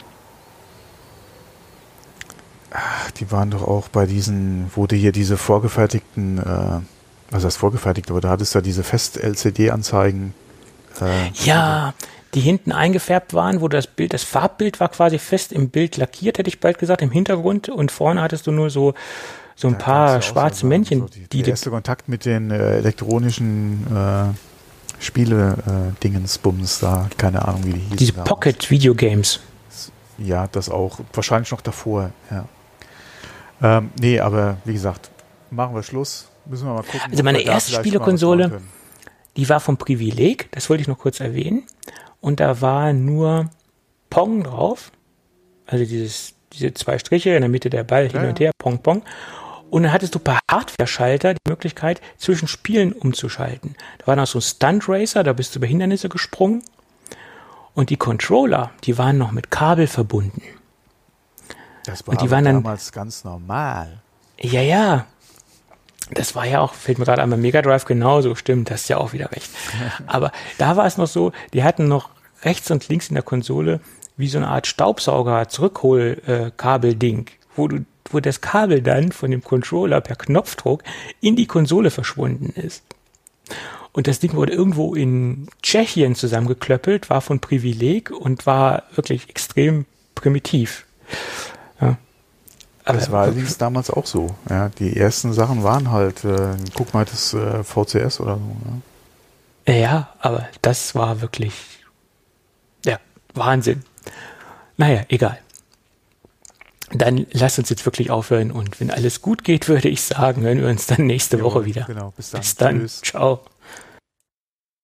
ach, die waren doch auch bei diesen, wo du hier diese vorgefertigten, äh, was heißt vorgefertigt, aber da hattest du ja diese Fest-L C D-Anzeigen. Äh, ja, die hinten eingefärbt waren, wo das Bild, das Farbbild war quasi fest im Bild lackiert, hätte ich bald gesagt, im Hintergrund, und vorne hattest du nur so So ein da paar schwarze so Männchen. So die, die der erste Kontakt mit den äh, elektronischen äh, Spiele-Dingensbums äh, da, keine Ahnung, wie die hießen. Diese Pocket-Videogames. Ja, das auch. Wahrscheinlich noch davor, ja. Ähm, nee, aber wie gesagt, machen wir Schluss. Müssen wir mal gucken. Also meine erste Spielekonsole, die war vom Privileg, das wollte ich noch kurz erwähnen. Und da war nur Pong drauf. Also dieses, diese zwei Striche, in der Mitte der Ball hin ja, und her, Pong, Pong. Und dann hattest du per Hardware-Schalter die Möglichkeit, zwischen Spielen umzuschalten. Da war noch so ein Stunt Racer, da bist du über Hindernisse gesprungen. Und die Controller, die waren noch mit Kabel verbunden. Das war und die waren dann, damals ganz normal. Ja, ja. Das war ja auch, fällt mir gerade an, beim Mega Drive genauso, stimmt, hast ja auch wieder recht. Aber da war es noch so, die hatten noch rechts und links in der Konsole wie so eine Art Staubsauger-Zurückhol-Kabel-Ding, wo du wo das Kabel dann von dem Controller per Knopfdruck in die Konsole verschwunden ist. Und das Ding wurde irgendwo in Tschechien zusammengeklöppelt, war von Privileg und war wirklich extrem primitiv. Ja. Aber das war allerdings damals auch so. Ja, die ersten Sachen waren halt, äh, guck mal, das äh, V C S oder so. Ja. ja, aber das war wirklich, ja, Wahnsinn. Naja, egal. Dann lass uns jetzt wirklich aufhören und wenn alles gut geht, würde ich sagen, hören wir uns dann nächste jo, Woche wieder. Genau, bis dann. Bis dann. Tschüss. Ciao.